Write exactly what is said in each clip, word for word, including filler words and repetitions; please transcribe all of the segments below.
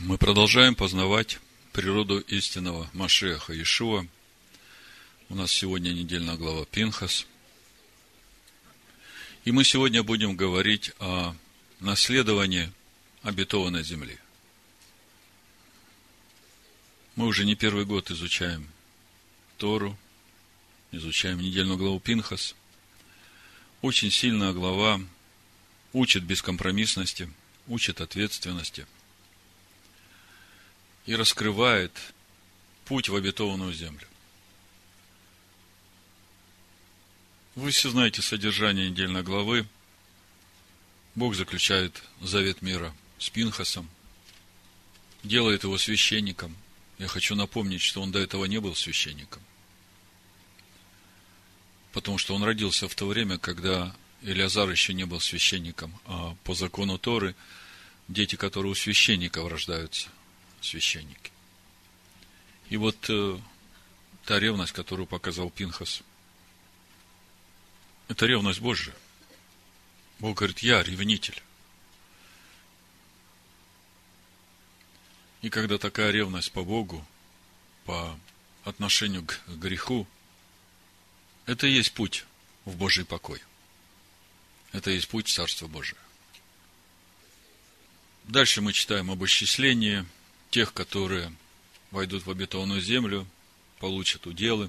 Мы продолжаем познавать природу истинного Машиаха Иешуа. У нас сегодня недельная глава Пинхас. И мы сегодня будем говорить о наследовании обетованной земли. Мы уже не первый год изучаем Тору, изучаем недельную главу Пинхас. Очень сильная глава, учит бескомпромиссности, учит ответственности и раскрывает путь в обетованную землю. Вы все знаете содержание недельной главы. Бог заключает завет мира с Пинхасом, делает его священником. Я хочу напомнить, что он до этого не был священником, потому что он родился в то время, когда Элиазар еще не был священником, а по закону Торы дети, которые у священников рождаются, священники. И вот э, та ревность, которую показал Пинхас, это ревность Божья. Бог говорит: я ревнитель. И когда такая ревность по Богу, по отношению к греху, это и есть путь в Божий покой. Это и есть путь в Царство Божие. Дальше мы читаем об исчислении тех, которые войдут в обетованную землю, получат уделы.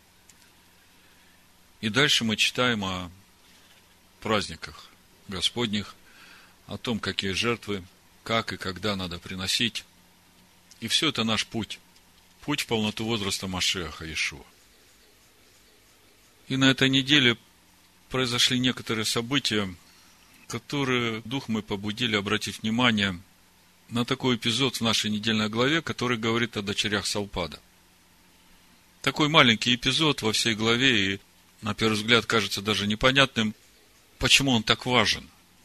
И дальше мы читаем о праздниках Господних, о том, какие жертвы, как и когда надо приносить. И все это наш путь. Путь в полноту возраста Машиаха Иешуа. И на этой неделе произошли некоторые события, которые дух мы побудили обратить внимание на такой эпизод в нашей недельной главе, который говорит о дочерях Салпада. Такой маленький эпизод во всей главе, и на первый взгляд кажется даже непонятным, почему он так важен.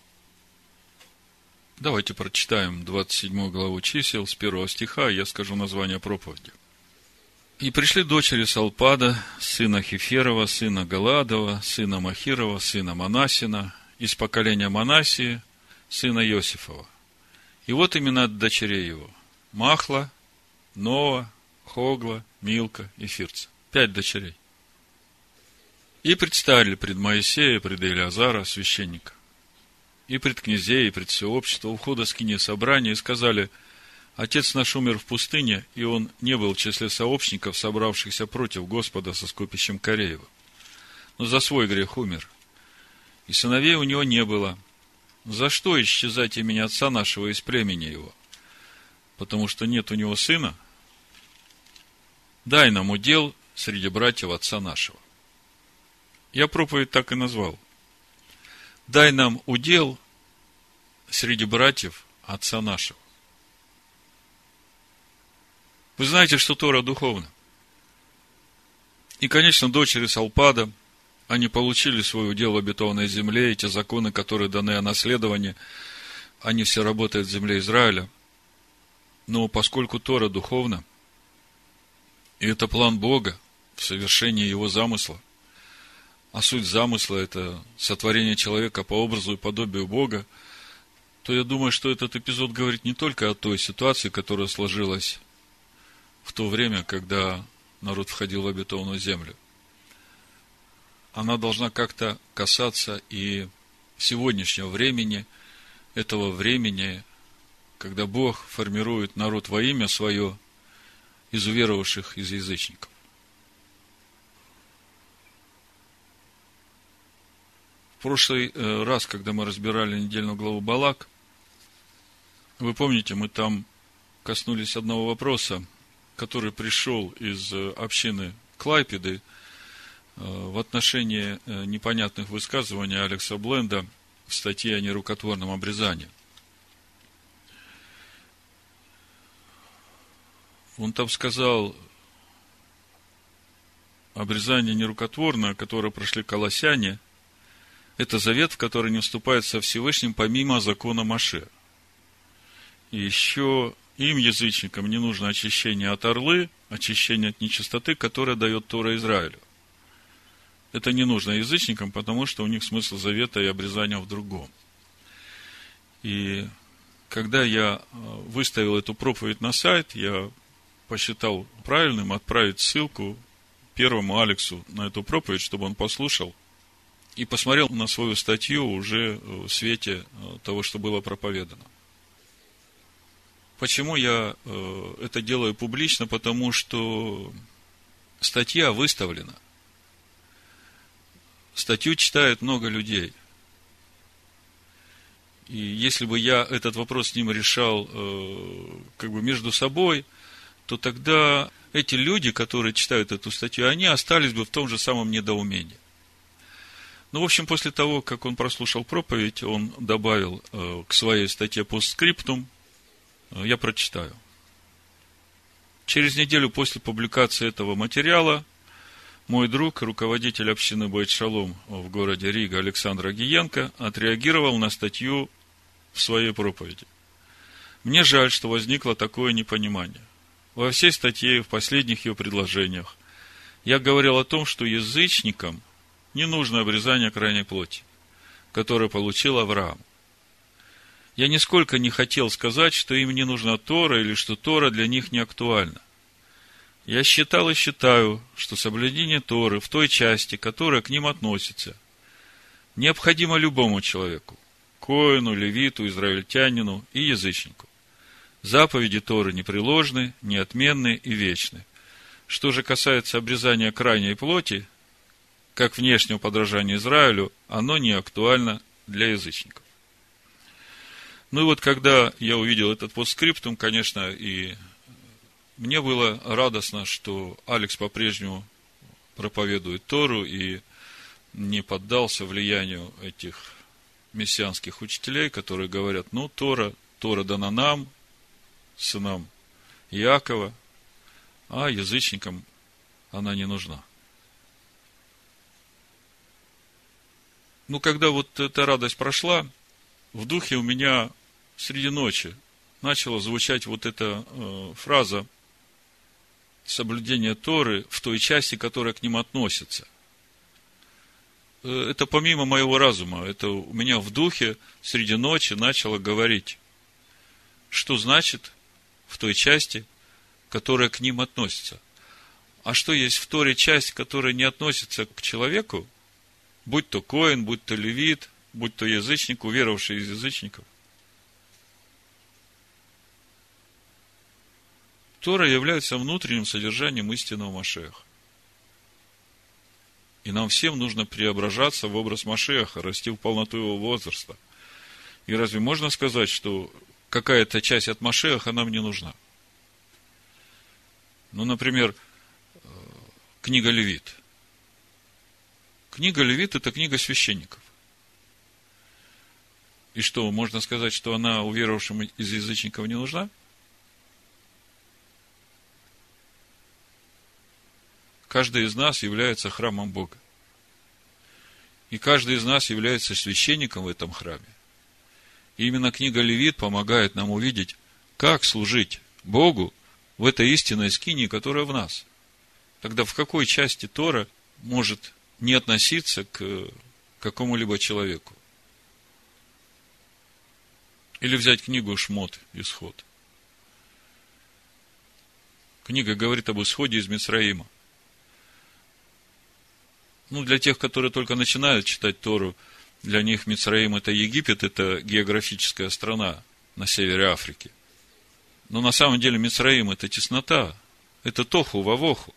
Давайте прочитаем двадцать седьмую главу Чисел с первого стиха, я скажу название проповеди. «И пришли дочери Салпада, сына Хеферова, сына Галаадова, сына Махирова, сына Манасина, из поколения Манасии, сына Иосифова. И вот имена дочерей его: Махла, Ноа, Хогла, Милка и Фирца». Пять дочерей. «И предстали пред Моисея, пред Элиазара, священника, и пред князей, и пред все общество у входа скинии собрания, и сказали: Отец наш умер в пустыне, и он не был в числе сообщников, собравшихся против Господа со скопищем Кореева, но за свой грех умер, и сыновей у него не было. За что исчезать имени отца нашего из племени его? Потому что нет у него сына. Дай нам удел среди братьев отца нашего». Я проповедь так и назвал: «Дай нам удел среди братьев отца нашего». Вы знаете, что Тора духовна. И, конечно, дочери Салпада, они получили свой удел в обетованной земле, эти законы, которые даны о наследовании, они все работают в земле Израиля. Но поскольку Тора духовна, и это план Бога в совершении Его замысла, а суть замысла – это сотворение человека по образу и подобию Бога, то я думаю, что этот эпизод говорит не только о той ситуации, которая сложилась в то время, когда народ входил в обетованную землю. Она должна как-то касаться и сегодняшнего времени, этого времени, когда Бог формирует народ во имя свое из уверовавших из язычников. В прошлый раз, когда мы разбирали недельную главу Балак, вы помните, мы там коснулись одного вопроса, который пришел из общины Клайпеды в отношении непонятных высказываний Алекса Бленда в статье о нерукотворном обрезании. Он там сказал: обрезание нерукотворное, которое прошли колоссяне, это завет, в который не вступает со Всевышним помимо закона Моше. И еще им, язычникам, не нужно очищение от орлы, очищение от нечистоты, которое дает Тора Израилю. Это не нужно язычникам, потому что у них смысл завета и обрезания в другом. И когда я выставил эту проповедь на сайт, я посчитал правильным отправить ссылку первому Алексу на эту проповедь, чтобы он послушал и посмотрел на свою статью уже в свете того, что было проповедано. Почему я это делаю публично? Потому что статья выставлена. Статью читает много людей. И если бы я этот вопрос с ним решал как бы между собой, то тогда эти люди, которые читают эту статью, они остались бы в том же самом недоумении. Ну, в общем, после того, как он прослушал проповедь, он добавил к своей статье постскриптум. Я прочитаю. Через неделю после публикации этого материала мой друг, руководитель общины Бейт Шалом в городе Рига Александр Агиенко, отреагировал на статью в своей проповеди. Мне жаль, что возникло такое непонимание. Во всей статье и в последних ее предложениях я говорил о том, что язычникам не нужно обрезание крайней плоти, которое получил Авраам. Я нисколько не хотел сказать, что им не нужна Тора или что Тора для них не актуальна. Я считал и считаю, что соблюдение Торы в той части, которая к ним относится, необходимо любому человеку, коэну, левиту, израильтянину и язычнику. Заповеди Торы непреложны, неотменны и вечны. Что же касается обрезания крайней плоти, как внешнего подражания Израилю, оно не актуально для язычников. Ну и вот, когда я увидел этот постскриптум, конечно, и мне было радостно, что Алекс по-прежнему проповедует Тору и не поддался влиянию этих мессианских учителей, которые говорят, ну, Тора, Тора дана нам, сынам Иакова, а язычникам она не нужна. Ну, когда вот эта радость прошла, в духе у меня среди ночи начала звучать вот эта э, фраза соблюдения Торы в той части, которая к ним относится. Это помимо моего разума, это у меня в духе среди ночи начало говорить, что значит в той части, которая к ним относится. А что есть в Торе часть, которая не относится к человеку, будь то коэн, будь то левит, будь то язычник, уверовавший из язычников. Тора является внутренним содержанием истинного Машиаха. И нам всем нужно преображаться в образ Машиаха, расти в полноту его возраста. И разве можно сказать, что какая-то часть от Машиаха нам не нужна? Ну, например, книга Левит. Книга Левит – это книга священников. И что, можно сказать, что она уверовавшим из язычников не нужна? Каждый из нас является храмом Бога. И каждый из нас является священником в этом храме. И именно книга Левит помогает нам увидеть, как служить Богу в этой истинной скинии, которая в нас. Тогда в какой части Тора может не относиться к какому-либо человеку? Или взять книгу Шмот, Исход. Книга говорит об исходе из Мицраима. Ну, для тех, которые только начинают читать Тору, для них Мицраим – это Египет, это географическая страна на севере Африки. Но на самом деле Мицраим – это теснота, это тоху, вавоху.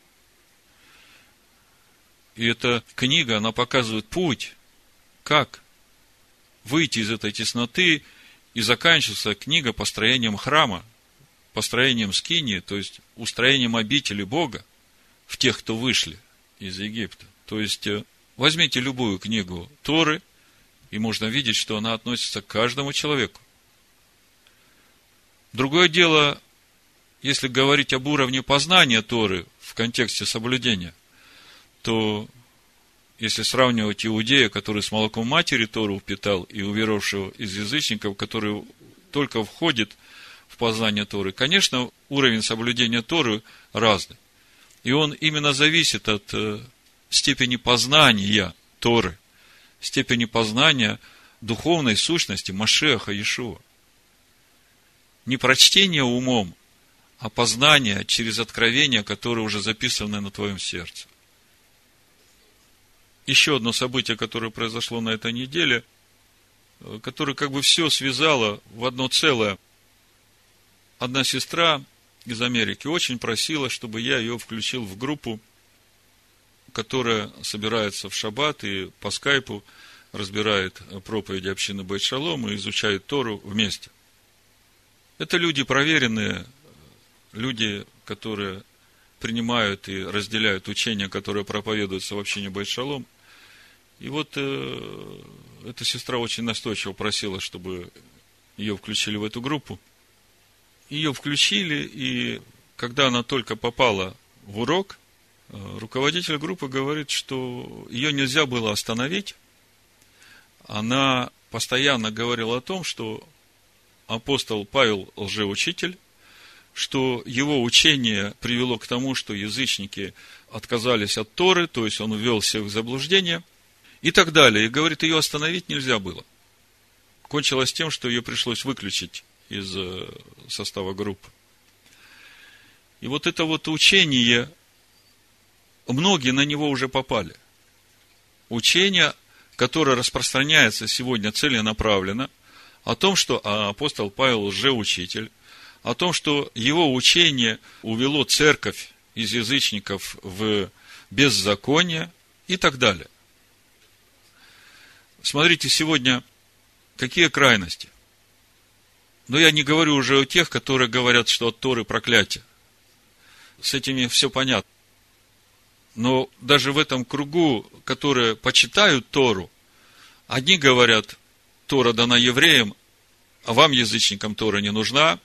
И эта книга, она показывает путь, как выйти из этой тесноты, и заканчивается книга построением храма, построением скинии, то есть устроением обители Бога в тех, кто вышли из Египта. То есть, возьмите любую книгу Торы, и можно видеть, что она относится к каждому человеку. Другое дело, если говорить об уровне познания Торы в контексте соблюдения, то если сравнивать иудея, который с молоком матери Тору впитал, и уверовавшего из язычников, который только входит в познание Торы, конечно, уровень соблюдения Торы разный. И он именно зависит от степени познания Торы, степени познания духовной сущности Машиаха Иешуа. Не прочтение умом, а познание через откровение, которое уже записано на твоем сердце. Еще одно событие, которое произошло на этой неделе, которое как бы все связало в одно целое. Одна сестра из Америки очень просила, чтобы я ее включил в группу, которая собирается в шаббат и по скайпу разбирает проповеди общины Бейт Шалом и изучает Тору вместе. Это люди проверенные, люди, которые принимают и разделяют учения, которые проповедуются в общине Бейт Шалом. И вот э, эта сестра очень настойчиво просила, чтобы ее включили в эту группу. Ее включили, и когда она только попала в урок, э, руководитель группы говорит, что ее нельзя было остановить. Она постоянно говорила о том, что апостол Павел лжеучитель, что его учение привело к тому, что язычники отказались от Торы, то есть он ввел всех в заблуждение, и так далее. И говорит, ее остановить нельзя было. Кончилось тем, что ее пришлось выключить из состава группы. И вот это вот учение, многие на него уже попали. Учение, которое распространяется сегодня целенаправленно, о том, что апостол Павел лжеучитель, о том, что его учение увело церковь из язычников в беззаконие и так далее. Смотрите, сегодня какие крайности. Но я не говорю уже о тех, которые говорят, что от Торы проклятие. С этими все понятно. Но даже в этом кругу, которые почитают Тору, одни говорят, Тора дана евреям, а вам, язычникам, Тора не нужна.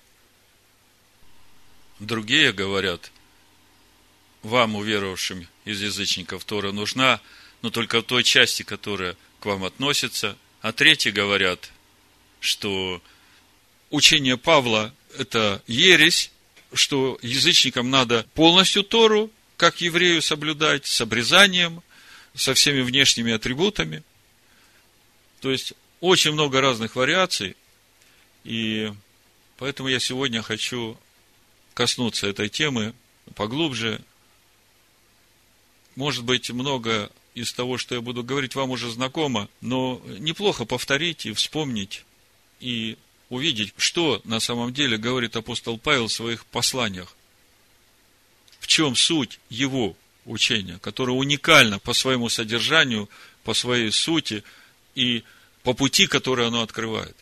Другие говорят, вам, уверовавшим из язычников, Тора нужна, но только в той части, которая к вам относится. А третьи говорят, что учение Павла – это ересь, что язычникам надо полностью Тору, как еврею, соблюдать, с обрезанием, со всеми внешними атрибутами. То есть, очень много разных вариаций, и поэтому я сегодня хочу коснуться этой темы поглубже. Может быть, много из того, что я буду говорить, вам уже знакомо, но неплохо повторить и вспомнить, и увидеть, что на самом деле говорит апостол Павел в своих посланиях. В чем суть его учения, которое уникально по своему содержанию, по своей сути и по пути, который оно открывает.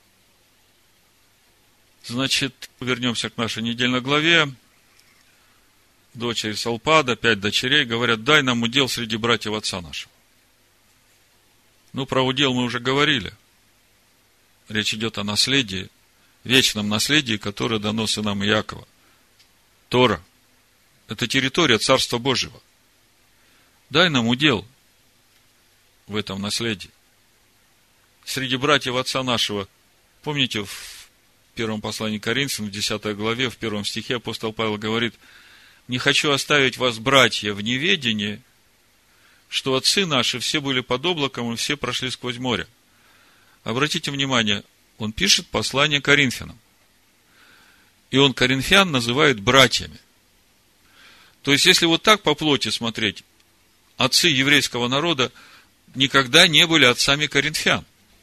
Значит, вернемся к нашей недельной главе. Дочери Салпада, пять дочерей, говорят, дай нам удел среди братьев отца нашего. Ну, про удел мы уже говорили. Речь идет о наследии, вечном наследии, которое дано сынам Иакова. Тора. Это территория Царства Божьего. Дай нам удел в этом наследии. Среди братьев отца нашего. Помните, в первом послании к Коринфянам, в десятой главе, в первом стихе апостол Павел говорит, не хочу оставить вас, братья, в неведении, что отцы наши все были под облаком и все прошли сквозь море. Обратите внимание, он пишет послание Коринфянам. И он коринфян называет братьями. То есть, если вот так по плоти смотреть, отцы еврейского народа никогда не были отцами коринфян.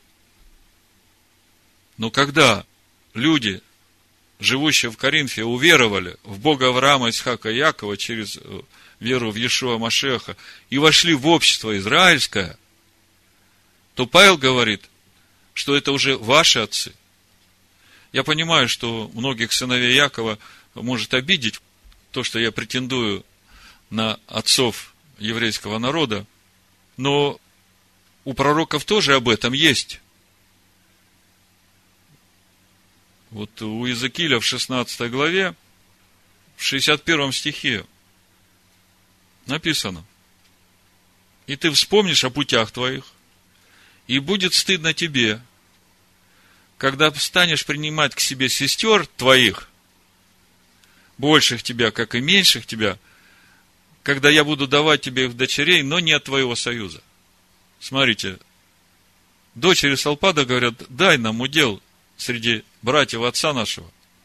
Но когда люди, живущие в Коринфе, уверовали в Бога Авраама, Исхака и Якова через веру в Иешуа Машеха и вошли в общество израильское, то Павел говорит, что это уже ваши отцы. Я понимаю, что многих сыновей Якова может обидеть то, что я претендую на отцов еврейского народа, но у пророков тоже об этом есть. Вот у Иезекииля в шестнадцатой главе, в шестьдесят первом стихе написано: «И ты вспомнишь о путях твоих, и будет стыдно тебе, когда станешь принимать к себе сестер твоих, больших тебя, как и меньших тебя, когда я буду давать тебе их дочерей, но не от твоего союза». Смотрите, дочери Салпада говорят, дай нам удел среди братьев отца нашего.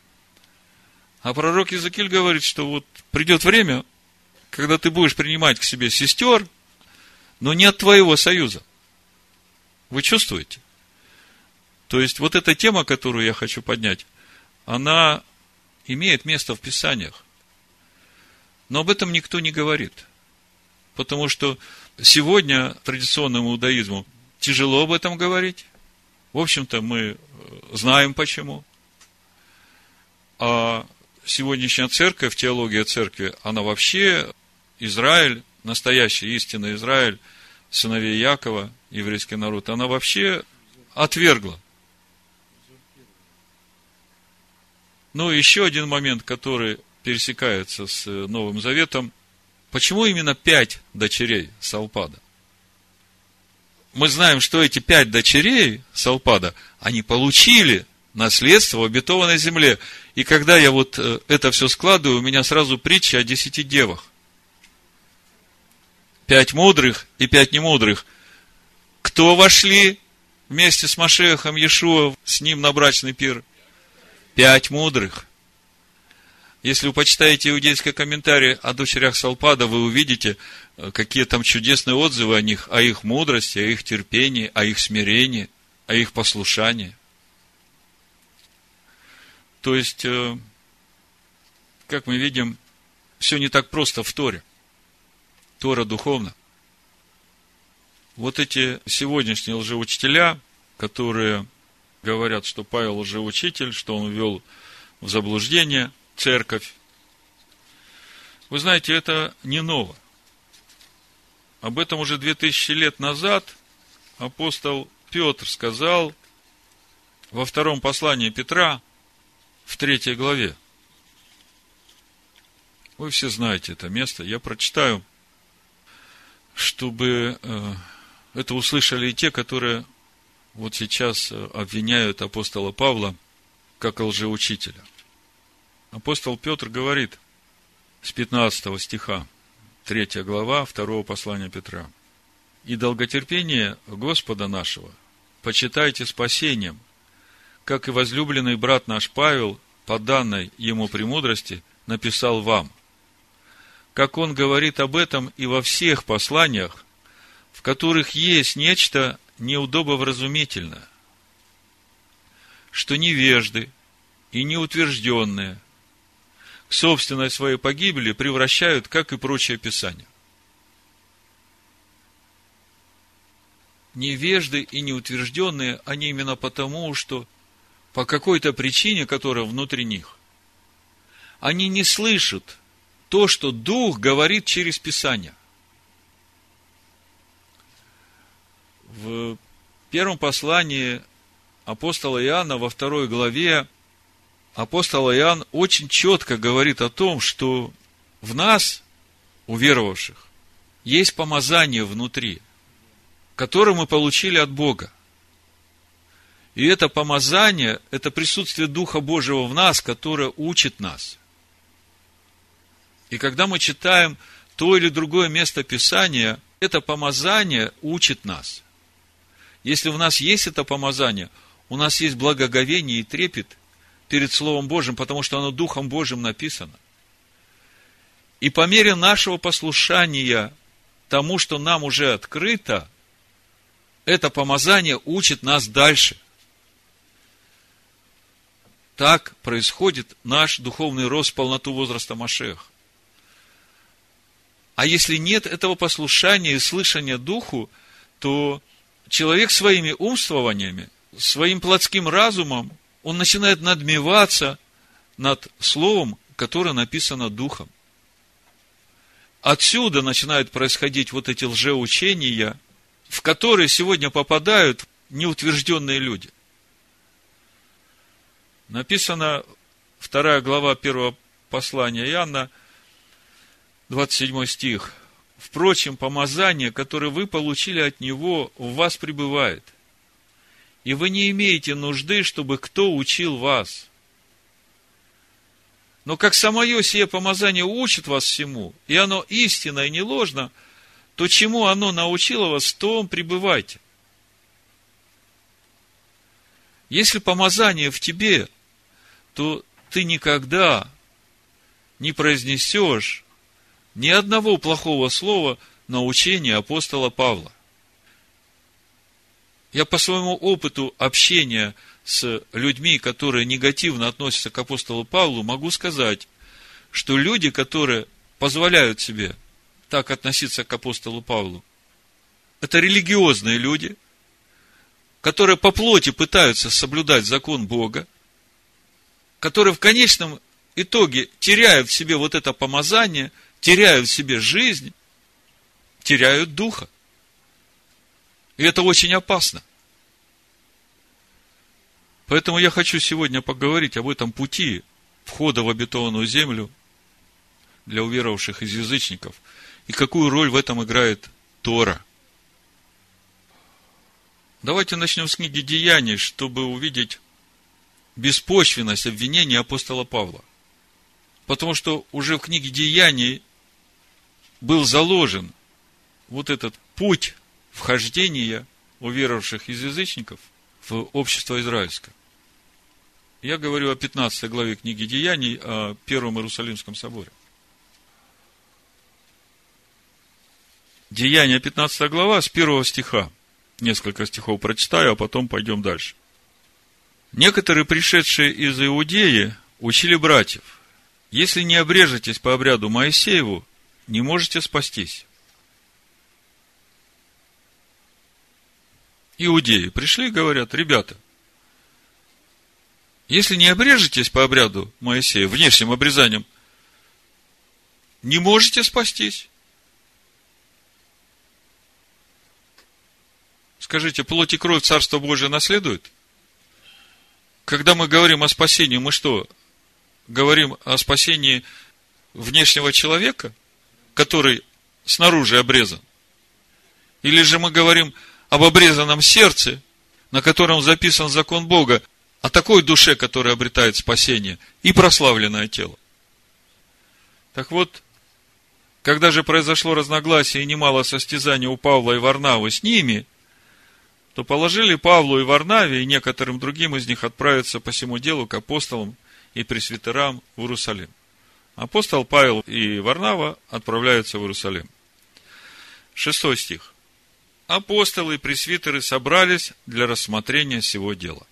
А пророк Иезекииль говорит, что вот придет время, когда ты будешь принимать к себе сестер, но не от твоего союза. Вы чувствуете? То есть, вот эта тема, которую я хочу поднять, она имеет место в Писаниях. Но об этом никто не говорит. Потому что сегодня традиционному иудаизму тяжело об этом говорить. В общем-то, мы знаем почему. А сегодняшняя церковь, теология церкви, она вообще, Израиль, настоящий истинный Израиль, сыновей Якова, еврейский народ, она вообще отвергла. Ну, еще один момент, который пересекается с Новым Заветом. Почему именно пять дочерей Салпада? Мы знаем, что эти пять дочерей Салпада, они получили наследство в обетованной земле. И когда я вот это все складываю, у меня сразу притча о десяти девах. Пять мудрых и пять немудрых. Кто вошли вместе с Машиахом Иешуа с ним на брачный пир? Пять мудрых. Если вы почитаете иудейские комментарии о дочерях Салпада, вы увидите, какие там чудесные отзывы о них, о их мудрости, о их терпении, о их смирении, о их послушании. То есть, как мы видим, все не так просто в Торе. Тора духовна. Вот эти сегодняшние лжеучителя, которые говорят, что Павел лжеучитель, что он ввел в заблуждение церковь. Вы знаете, это не ново. Об этом уже две тысячи лет назад апостол Петр сказал во втором послании Петра, в третьей главе. Вы все знаете это место. Я прочитаю, чтобы это услышали и те, которые вот сейчас обвиняют апостола Павла как лжеучителя. Апостол Петр говорит с пятнадцатого стиха, третья глава, второго послания Петра. «И долготерпение Господа нашего почитайте спасением, как и возлюбленный брат наш Павел, по данной ему премудрости, написал вам. Как он говорит об этом и во всех посланиях, в которых есть нечто неудобовразумительное, что невежды и неутвержденные к собственной своей погибели превращают, как и прочее Писание». Невежды и неутвержденные, они именно потому, что по какой-то причине, которая внутри них, они не слышат то, что Дух говорит через Писание. В первом послании апостола Иоанна во второй главе апостол Иоанн очень четко говорит о том, что в нас, уверовавших, есть помазание внутри, которое мы получили от Бога. И это помазание, это присутствие Духа Божьего в нас, которое учит нас. И когда мы читаем то или другое место Писания, это помазание учит нас. Если в нас есть это помазание, у нас есть благоговение и трепет перед Словом Божьим, потому что оно Духом Божьим написано. И по мере нашего послушания тому, что нам уже открыто, это помазание учит нас дальше. Так происходит наш духовный рост в полноту возраста Машиаха. А если нет этого послушания и слышания Духу, то человек своими умствованиями, своим плотским разумом, он начинает надмеваться над словом, которое написано Духом. Отсюда начинают происходить вот эти лжеучения, в которые сегодня попадают неутвержденные люди. Написано, вторая глава первого послания Иоанна, двадцать седьмой стих. «Впрочем, помазание, которое вы получили от Него, в вас пребывает, и вы не имеете нужды, чтобы кто учил вас. Но как самое сие помазание учит вас всему, и оно истинно и не ложно, то чему оно научило вас, в том пребывайте». Если помазание в тебе, то ты никогда не произнесешь ни одного плохого слова на учение апостола Павла. Я по своему опыту общения с людьми, которые негативно относятся к апостолу Павлу, могу сказать, что люди, которые позволяют себе так относиться к апостолу Павлу, это религиозные люди, которые по плоти пытаются соблюдать закон Бога, которые в конечном итоге теряют в себе вот это помазание, теряют в себе жизнь, теряют духа. И это очень опасно. Поэтому я хочу сегодня поговорить об этом пути входа в обетованную землю для уверовавших из язычников и какую роль в этом играет Тора. Давайте начнем с книги Деяний, чтобы увидеть беспочвенность обвинения апостола Павла. Потому что уже в книге Деяний был заложен вот этот путь вхождения уверовавших из язычников в общество израильское. Я говорю о пятнадцатой главе книги Деяний, о Первом Иерусалимском соборе. Деяния, пятнадцатая глава, с первого стиха. Несколько стихов прочитаю, а потом пойдем дальше. Некоторые, пришедшие из Иудеи, учили братьев: если не обрежетесь по обряду Моисееву, не можете спастись. Иудеи пришли и говорят: ребята, если не обрежетесь по обряду Моисея, внешним обрезанием, не можете спастись. Скажите, плоть и кровь Царство Божие наследует? Когда мы говорим о спасении, мы что, говорим о спасении внешнего человека, который снаружи обрезан? Или же мы говорим об обрезанном сердце, на котором записан закон Бога, о такой душе, которая обретает спасение и прославленное тело? Так вот, когда же произошло разногласие и немало состязаний у Павла и Варнавы с ними, то положили Павлу и Варнаве и некоторым другим из них отправиться по сему делу к апостолам и пресвитерам в Иерусалим. Апостол Павел и Варнава отправляются в Иерусалим. Шестой стих. Апостолы и пресвитеры собрались для рассмотрения сего дела.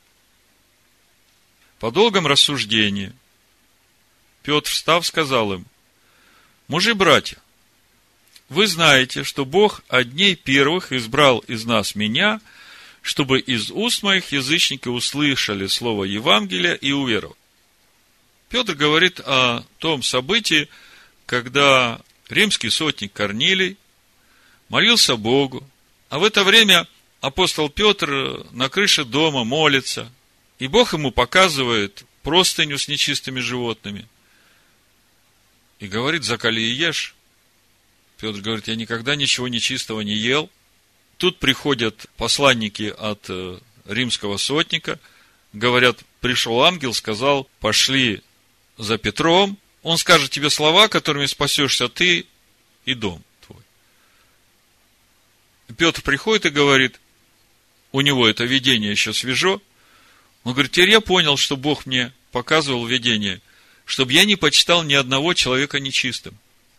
По долгом рассуждении Петр, встав, сказал им: мужи-братья, вы знаете, что Бог от дней первых избрал из нас меня, чтобы из уст моих язычники услышали слово Евангелия и уверовали. Петр говорит о том событии, когда римский сотник Корнилий молился Богу, а в это время апостол Петр на крыше дома молится, и Бог ему показывает простыню с нечистыми животными и говорит: закали и ешь. Петр говорит: я никогда ничего нечистого не ел. Тут приходят посланники от римского сотника, говорят: пришел ангел, сказал: пошли за Петром, он скажет тебе слова, которыми спасешься ты и дом твой. Петр приходит и говорит, у него это видение еще свежо, он говорит: теперь я понял, что Бог мне показывал видение, чтобы я не почитал ни одного человека нечистым.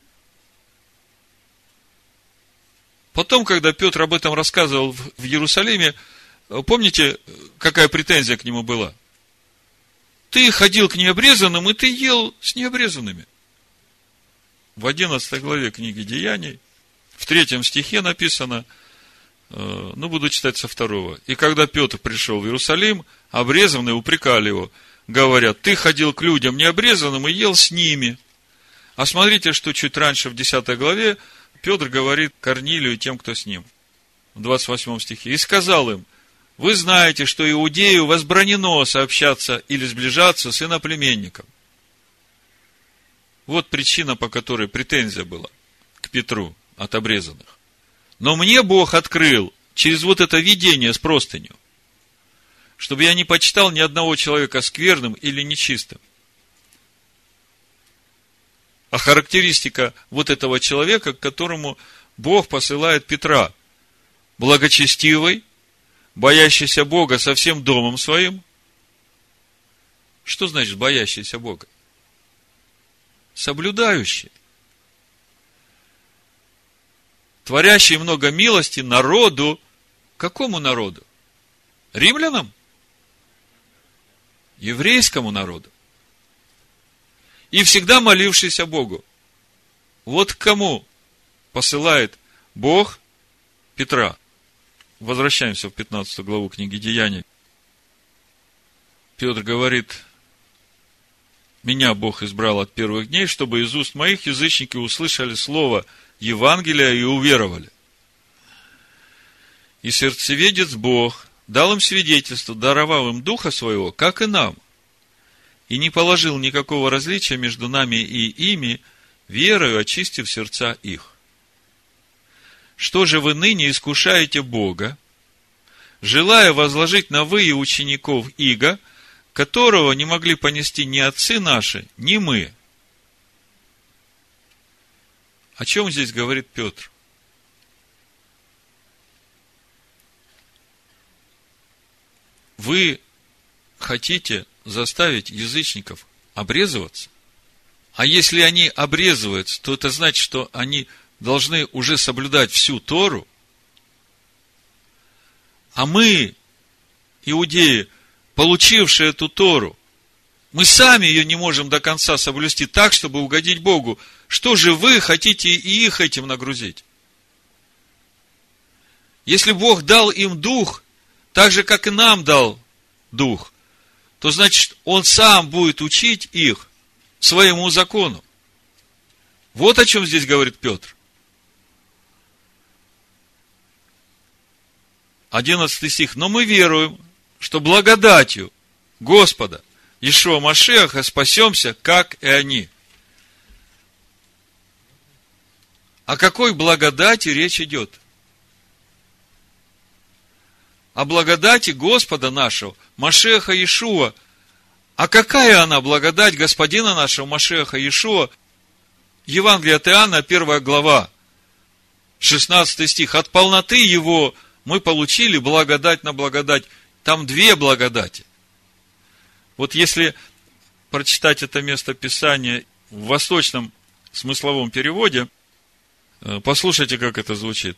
Потом, когда Петр об этом рассказывал в Иерусалиме, помните, какая претензия к нему была? Ты ходил к необрезанным, и ты ел с необрезанными. В одиннадцатой главе книги Деяний, в третьем стихе написано, ну, буду читать со второго. И когда Петр пришел в Иерусалим, обрезанные упрекали его, говорят: ты ходил к людям необрезанным и ел с ними. А смотрите, что чуть раньше в десятой главе Петр говорит Корнилию и тем, кто с ним. В двадцать восьмом стихе. И сказал им: вы знаете, что иудею возбранено сообщаться или сближаться с иноплеменником. Вот причина, по которой претензия была к Петру от обрезанных. Но мне Бог открыл через вот это видение с простынью, чтобы я не почитал ни одного человека скверным или нечистым. А характеристика вот этого человека, к которому Бог посылает Петра: благочестивый, боящийся Бога со всем домом своим. Что значит боящийся Бога? соблюдающие, творящие много милости народу. Какому народу? Римлянам? Еврейскому народу. И всегда молившийся Богу. Вот к кому посылает Бог Петра. Возвращаемся в пятнадцатую главу книги Деяний. Петр говорит: меня Бог избрал от первых дней, чтобы из уст моих язычники услышали слово Евангелия и уверовали. И сердцеведец Бог дал им свидетельство, даровав им Духа Своего, как и нам, и не положил никакого различия между нами и ими, верою очистив сердца их. Что же вы ныне искушаете Бога, желая возложить на вы и учеников иго, которого не могли понести ни отцы наши, ни мы? О чем здесь говорит Петр? Вы хотите заставить язычников обрезываться? А если они обрезываются, то это значит, что они должны уже соблюдать всю Тору. А мы, иудеи, получившие эту Тору, мы сами ее не можем до конца соблюсти так, чтобы угодить Богу. Что же вы хотите и их этим нагрузить? Если Бог дал им Дух, так же, как и нам дал Дух, то значит, Он сам будет учить их своему закону. Вот о чем здесь говорит Петр. Одиннадцатый стих. Но мы веруем, что благодатью Господа Иешуа Машиаха спасемся, как и они. О какой благодати речь идет? О благодати Господа нашего, Машиаха Иешуа. А какая она благодать Господина нашего, Машиаха Иешуа? Евангелие от Иоанна, первая глава, шестнадцатый стих. От полноты Его мы получили благодать на благодать. Там две благодати. Вот если прочитать это место Писания в восточном смысловом переводе, послушайте, как это звучит.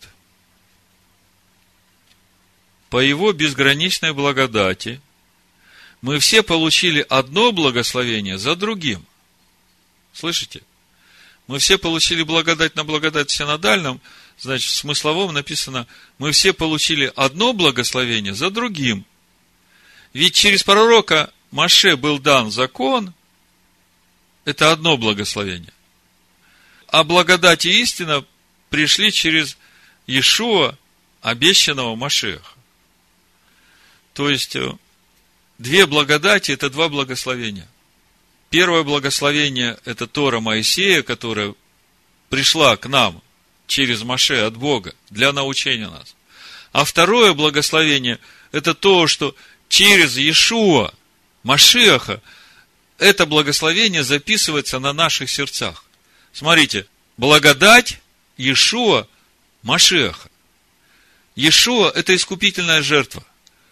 По Его безграничной благодати мы все получили одно благословение за другим. Слышите? Мы все получили благодать на благодать в синодальном, значит, в смысловом написано, мы все получили одно благословение за другим. Ведь через пророка Моше был дан закон, это одно благословение. А благодать и истина пришли через Иешуа, обещанного Машиаха. То есть, две благодати – это два благословения. Первое благословение – это Тора Моисея, которая пришла к нам через Моше от Бога для научения нас. А второе благословение – это то, что через Иешуа, Машиаха, это благословение записывается на наших сердцах. Смотрите, благодать Иешуа, Машиаха. Иешуа – это искупительная жертва.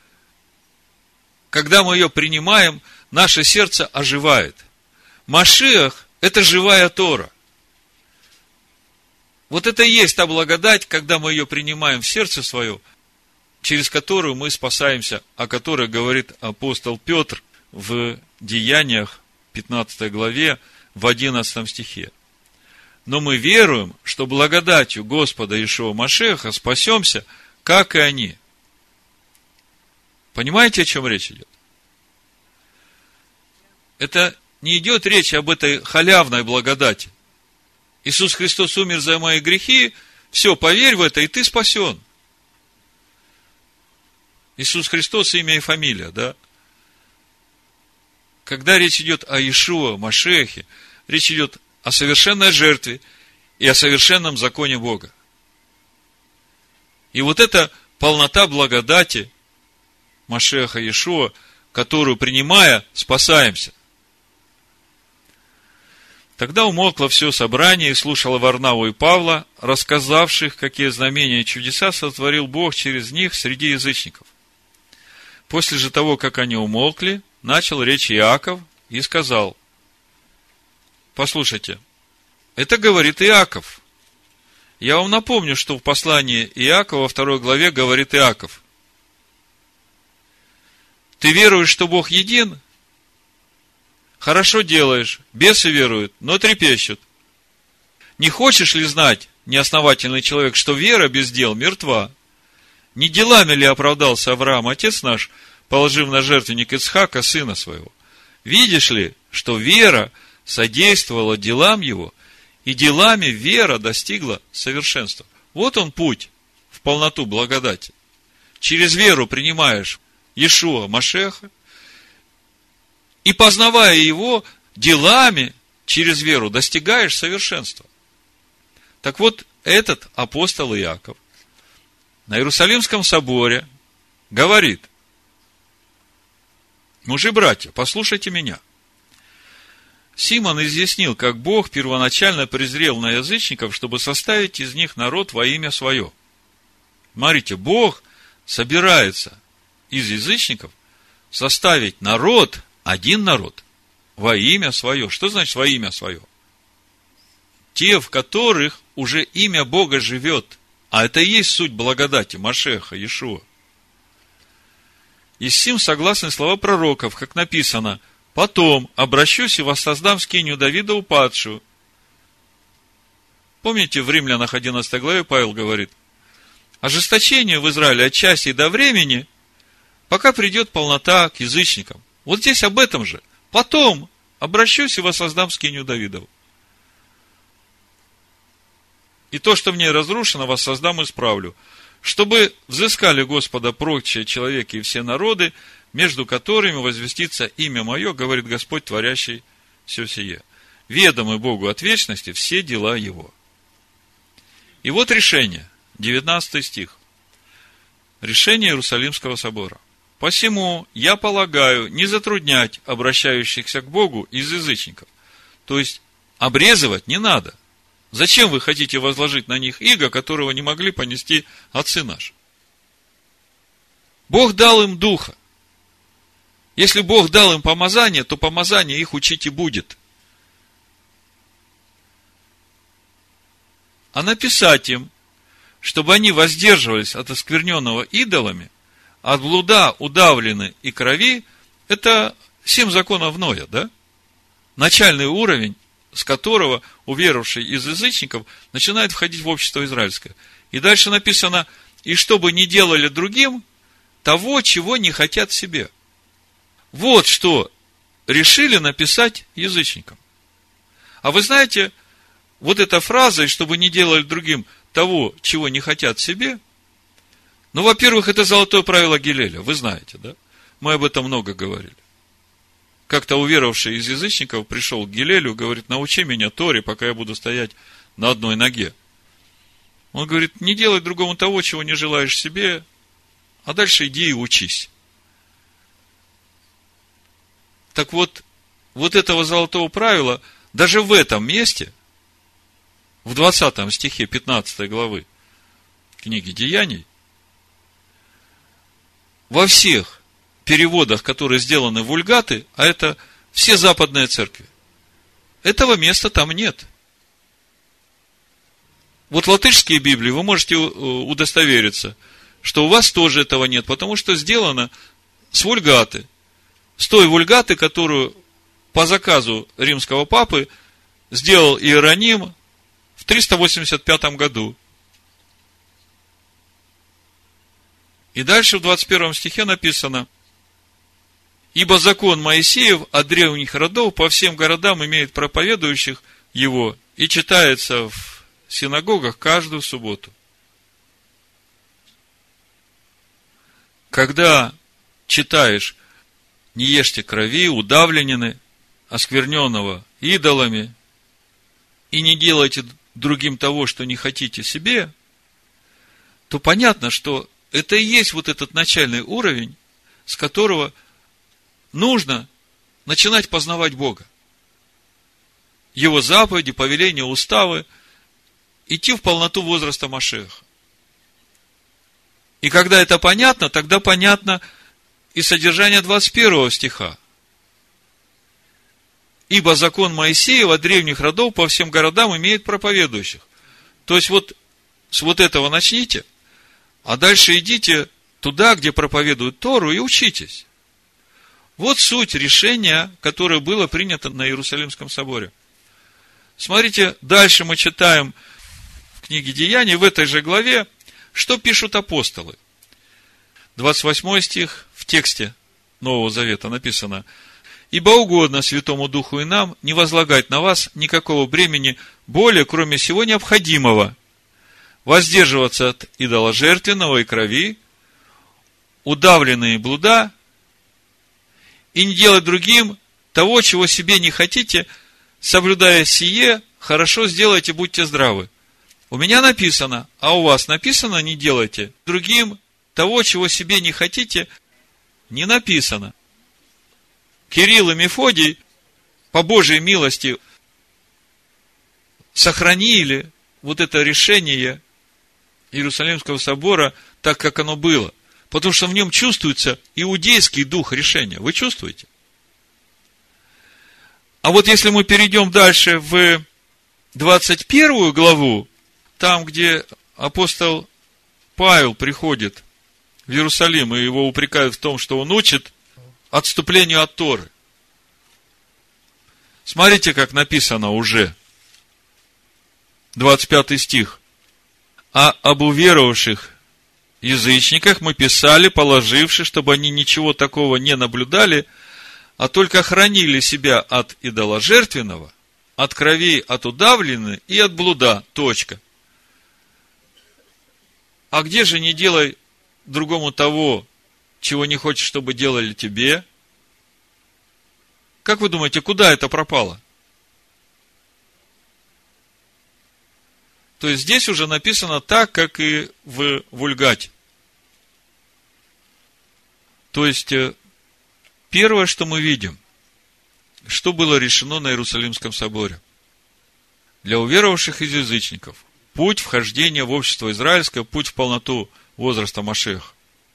Когда мы ее принимаем, наше сердце оживает. Машиах – это живая Тора. Вот это и есть та благодать, когда мы ее принимаем в сердце свое, через которую мы спасаемся, о которой говорит апостол Петр в Деяниях, пятнадцатой главе, в одиннадцатом стихе. Но мы веруем, что благодатью Господа Иешуа Машиаха спасемся, как и они. Понимаете, о чем речь идет? Это не идет речь об этой халявной благодати. Иисус Христос умер за мои грехи, все, поверь в это, и ты спасен. Иисус Христос, имя и фамилия, да? Когда речь идет о Иешуа, Машиахе, речь идет о совершенной жертве и о совершенном законе Бога. И вот эта полнота благодати Машиаха Иешуа, которую, принимая, спасаемся. Тогда умолкло все собрание и слушало Варнаву и Павла, рассказавших, какие знамения и чудеса сотворил Бог через них среди язычников. После же того, как они умолкли, начал речь Иаков и сказал: послушайте, это говорит Иаков. Я вам напомню, что в послании Иакова во второй главе говорит Иаков. Ты веруешь, что Бог един? Хорошо делаешь. Бесы веруют, но трепещут. Не хочешь ли знать, неосновательный человек, что вера без дел мертва? Не делами ли оправдался Авраам, отец наш, положив на жертвенник Ицхака, сына своего? Видишь ли, что вера содействовала делам его, и делами вера достигла совершенства. Вот он путь в полноту благодати. Через веру принимаешь Иешуа Машеха, и, познавая его, делами через веру достигаешь совершенства. Так вот, этот апостол Иаков на Иерусалимском соборе говорит: мужи-братья, послушайте меня. Симон изъяснил, как Бог первоначально презрел на язычников, чтобы составить из них народ во имя свое. Смотрите, Бог собирается из язычников составить народ, один народ, во имя свое. Что значит во имя свое? Те, в которых уже имя Бога живет. А это и есть суть благодати Машеха, Иешуа. И с сим согласны слова пророков, как написано: потом обращусь и воссоздам скинию Давида упадшую. Помните, в Римлянах одиннадцатой главе Павел говорит: ожесточение в Израиле от части до времени, пока придет полнота к язычникам. Вот здесь об этом же. Потом обращусь и воссоздам скинию Давидову. И то, что в ней разрушено, воссоздам и исправлю, чтобы взыскали Господа прочие человеки и все народы, между которыми возвестится имя мое, говорит Господь, творящий все сие. Ведомы Богу от вечности все дела его. И вот решение, девятнадцатый стих. Решение Иерусалимского собора. Посему я полагаю не затруднять обращающихся к Богу из язычников. То есть, обрезывать не надо. Зачем вы хотите возложить на них иго, которого не могли понести отцы наши? Бог дал им духа. Если Бог дал им помазание, то помазание их учить и будет. А написать им, чтобы они воздерживались от оскверненного идолами, от блуда, удавлены и крови, это семь законов Ноя, да? Начальный уровень, с которого уверовавший из язычников начинает входить в общество израильское. И дальше написано: и чтобы не делали другим того, чего не хотят себе. Вот что решили написать язычникам. А вы знаете, вот эта фраза: и чтобы не делали другим того, чего не хотят себе, ну, во-первых, это золотое правило Гилеля, вы знаете, да? Мы об этом много говорили. Как-то уверовавший из язычников пришел к Гилелю, говорит: научи меня Торе, пока я буду стоять на одной ноге. Он говорит: не делай другому того, чего не желаешь себе, а дальше иди и учись. Так вот, вот этого золотого правила, даже в этом месте, в двадцатом стихе пятнадцатой главы книги Деяний, во всех переводах, которые сделаны в вульгаты, а это все западные церкви, этого места там нет. Вот латышские Библии вы можете удостовериться, что у вас тоже этого нет, потому что сделано с вульгаты, с той вульгаты, которую по заказу римского папы сделал Иероним в триста восемьдесят пятом году. И дальше в двадцать первом стихе написано: ибо закон Моисеев от древних родов по всем городам имеет проповедующих его и читается в синагогах каждую субботу. Когда читаешь: не ешьте крови, удавленины, оскверненного идолами, и не делайте другим того, что не хотите себе, то понятно, что это и есть вот этот начальный уровень, с которого нужно начинать познавать Бога. Его заповеди, повеления, уставы, идти в полноту возраста Машеха. И когда это понятно, тогда понятно и содержание двадцать первого стиха. Ибо закон Моисеев от древних родов по всем городам имеет проповедующих. То есть, вот с вот этого начните, а дальше идите туда, где проповедуют Тору, и учитесь. Вот суть решения, которое было принято на Иерусалимском соборе. Смотрите, дальше мы читаем в книге Деяний, в этой же главе, что пишут апостолы. двадцать восьмой стих в тексте Нового Завета написано: «Ибо угодно Святому Духу и нам не возлагать на вас никакого бремени более, кроме всего необходимого, воздерживаться от идоложертвенного и крови, удавленные блуда, и не делать другим того, чего себе не хотите, соблюдая сие, хорошо сделайте, будьте здравы». У меня написано, а у вас написано: не делайте другим того, чего себе не хотите, не написано. Кирилл и Мефодий по Божьей милости сохранили вот это решение Иерусалимского собора так, как оно было. Потому что в нем чувствуется иудейский дух решения. Вы чувствуете? А вот если мы перейдем дальше в двадцать первую главу, там, где апостол Павел приходит в Иерусалим, и его упрекают в том, что он учит отступлению от Торы. Смотрите, как написано уже. двадцать пятый стих. «А об уверовавших язычниках мы писали, положивши, чтобы они ничего такого не наблюдали, а только хранили себя от идоложертвенного, от кровей, от удавленной и от блуда». Точка. А где же не делай другому того, чего не хочешь, чтобы делали тебе? Как вы думаете, куда это пропало? То есть, здесь уже написано так, как и в Вульгате. То есть, первое, что мы видим, что было решено на Иерусалимском соборе. Для уверовавших из язычников путь вхождения в общество израильское, путь в полноту возраста Машиаха.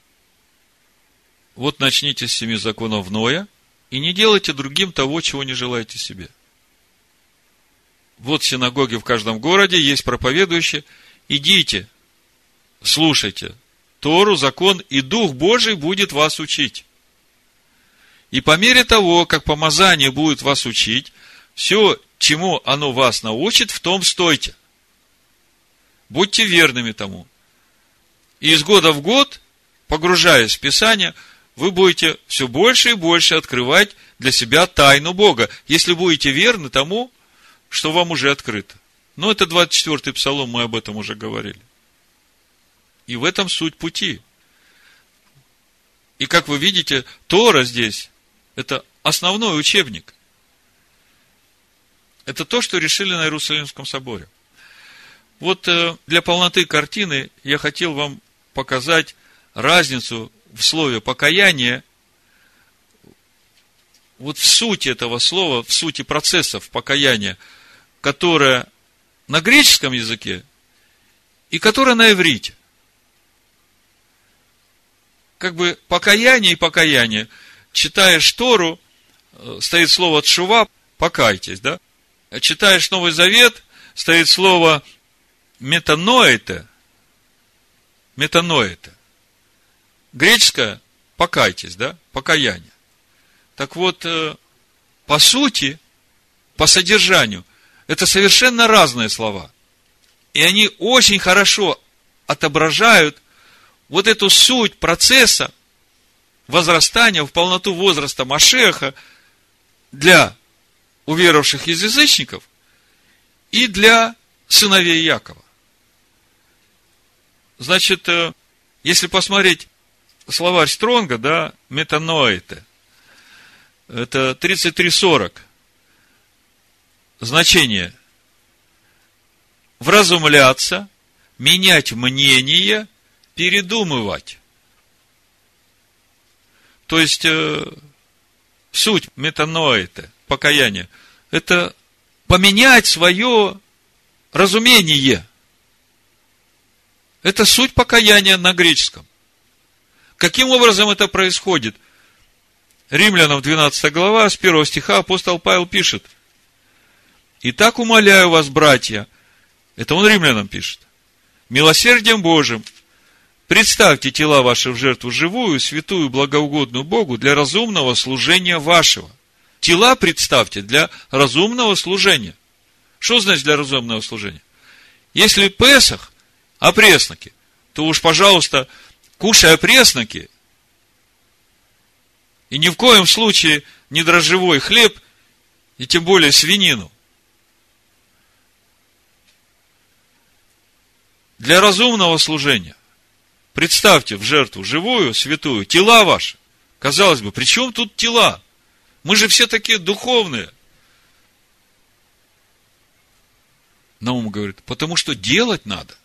Вот начните с семи законов Ноя, и не делайте другим того, чего не желаете себе. Вот синагоги в каждом городе, есть проповедующие. Идите, слушайте Тору, закон, и Дух Божий будет вас учить. И по мере того, как помазание будет вас учить, все, чему оно вас научит, в том стойте. Будьте верными тому. И из года в год, погружаясь в Писание, вы будете все больше и больше открывать для себя тайну Бога, если будете верны тому, что вам уже открыто. Но это двадцать четвёртый Псалом, мы об этом уже говорили. И в этом суть пути. И как вы видите, Тора здесь – это основной учебник. Это то, что решили на Иерусалимском соборе. Вот для полноты картины я хотел вам показать разницу в слове покаяние, вот в сути этого слова, в сути процессов покаяния, которое на греческом языке и которое на иврите. Как бы покаяние и покаяние. Читаешь Тору, стоит слово тшува, покайтесь, да? Читаешь Новый Завет, стоит слово метаноэте, метаноэте. Греческое покайтесь, да? Покаяние. Так вот, по сути, по содержанию, это совершенно разные слова. И они очень хорошо отображают вот эту суть процесса возрастания в полноту возраста Машиаха для уверовавших из язычников и для сыновей Якова. Значит, если посмотреть словарь Стронга, да, метаноэте, это тридцать три сорок. Значение: вразумляться, менять мнение, передумывать. То есть, э, суть метаноэте, покаяния, это поменять свое разумение. Это суть покаяния на греческом. Каким образом это происходит? Римлянам двенадцатая глава, с первого стиха апостол Павел пишет: «Итак, умоляю вас, братья», это он римлянам пишет, «милосердием Божиим, представьте тела ваши в жертву живую, святую, благоугодную Богу для разумного служения вашего». Тела представьте для разумного служения. Что значит для разумного служения? Если Песах, опресноки, то уж, пожалуйста, кушай опресноки, и ни в коем случае не дрожжевой хлеб, и тем более свинину. Для разумного служения представьте в жертву живую, святую, тела ваши. Казалось бы, при чем тут тела? Мы же все такие духовные. Наум говорит, потому что делать надо.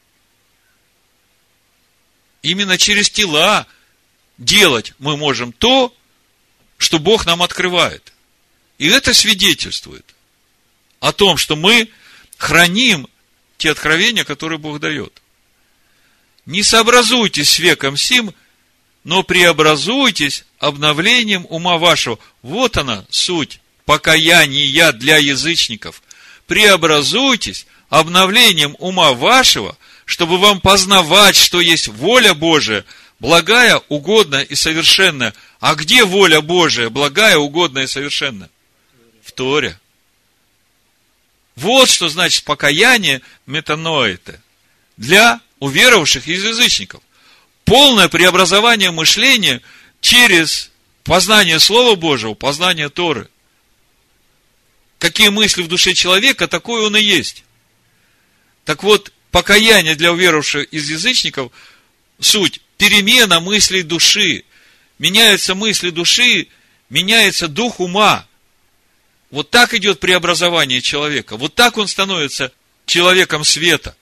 Именно через тела делать мы можем то, что Бог нам открывает. И это свидетельствует о том, что мы храним те откровения, которые Бог дает. Не сообразуйтесь с веком сим, но преобразуйтесь обновлением ума вашего. Вот она суть покаяния для язычников. Преобразуйтесь обновлением ума вашего, чтобы вам познавать, что есть воля Божия, благая, угодная и совершенная. А где воля Божия, благая, угодная и совершенная? В Торе. Вот что значит покаяние метаноите для уверовавших из язычников. Полное преобразование мышления через познание Слова Божьего, познание Торы. Какие мысли в душе человека, такой он и есть. Так вот, покаяние для уверовавших из язычников суть перемена мыслей души. Меняются мысли души, меняется дух ума. Вот так идет преобразование человека. Вот так он становится человеком света.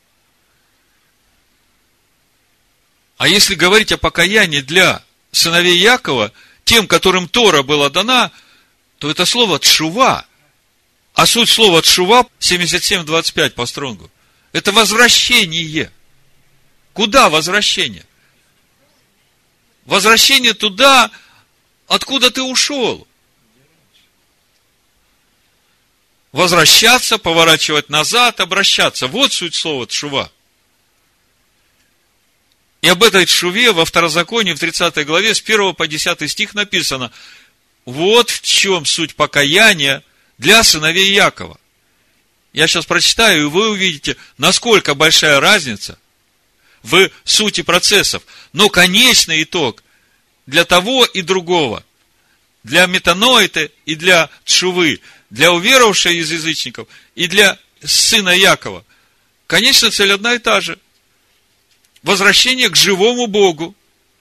А если говорить о покаянии для сыновей Якова, тем, которым Тора была дана, то это слово тшува. А суть слова тшува семьдесят семь двадцать пять по Стронгу. Это возвращение. Куда возвращение? Возвращение туда, откуда ты ушел. Возвращаться, поворачивать назад, обращаться. Вот суть слова тшува. И об этой тшуве во Второзаконии в тридцатой главе с первого по десятый стих написано: вот в чем суть покаяния для сыновей Якова. Я сейчас прочитаю, и вы увидите, насколько большая разница в сути процессов. Но конечный итог для того и другого, для метаноиты и для тшувы, для уверовавших из язычников и для сына Якова, конечная цель одна и та же. Возвращение к живому Богу.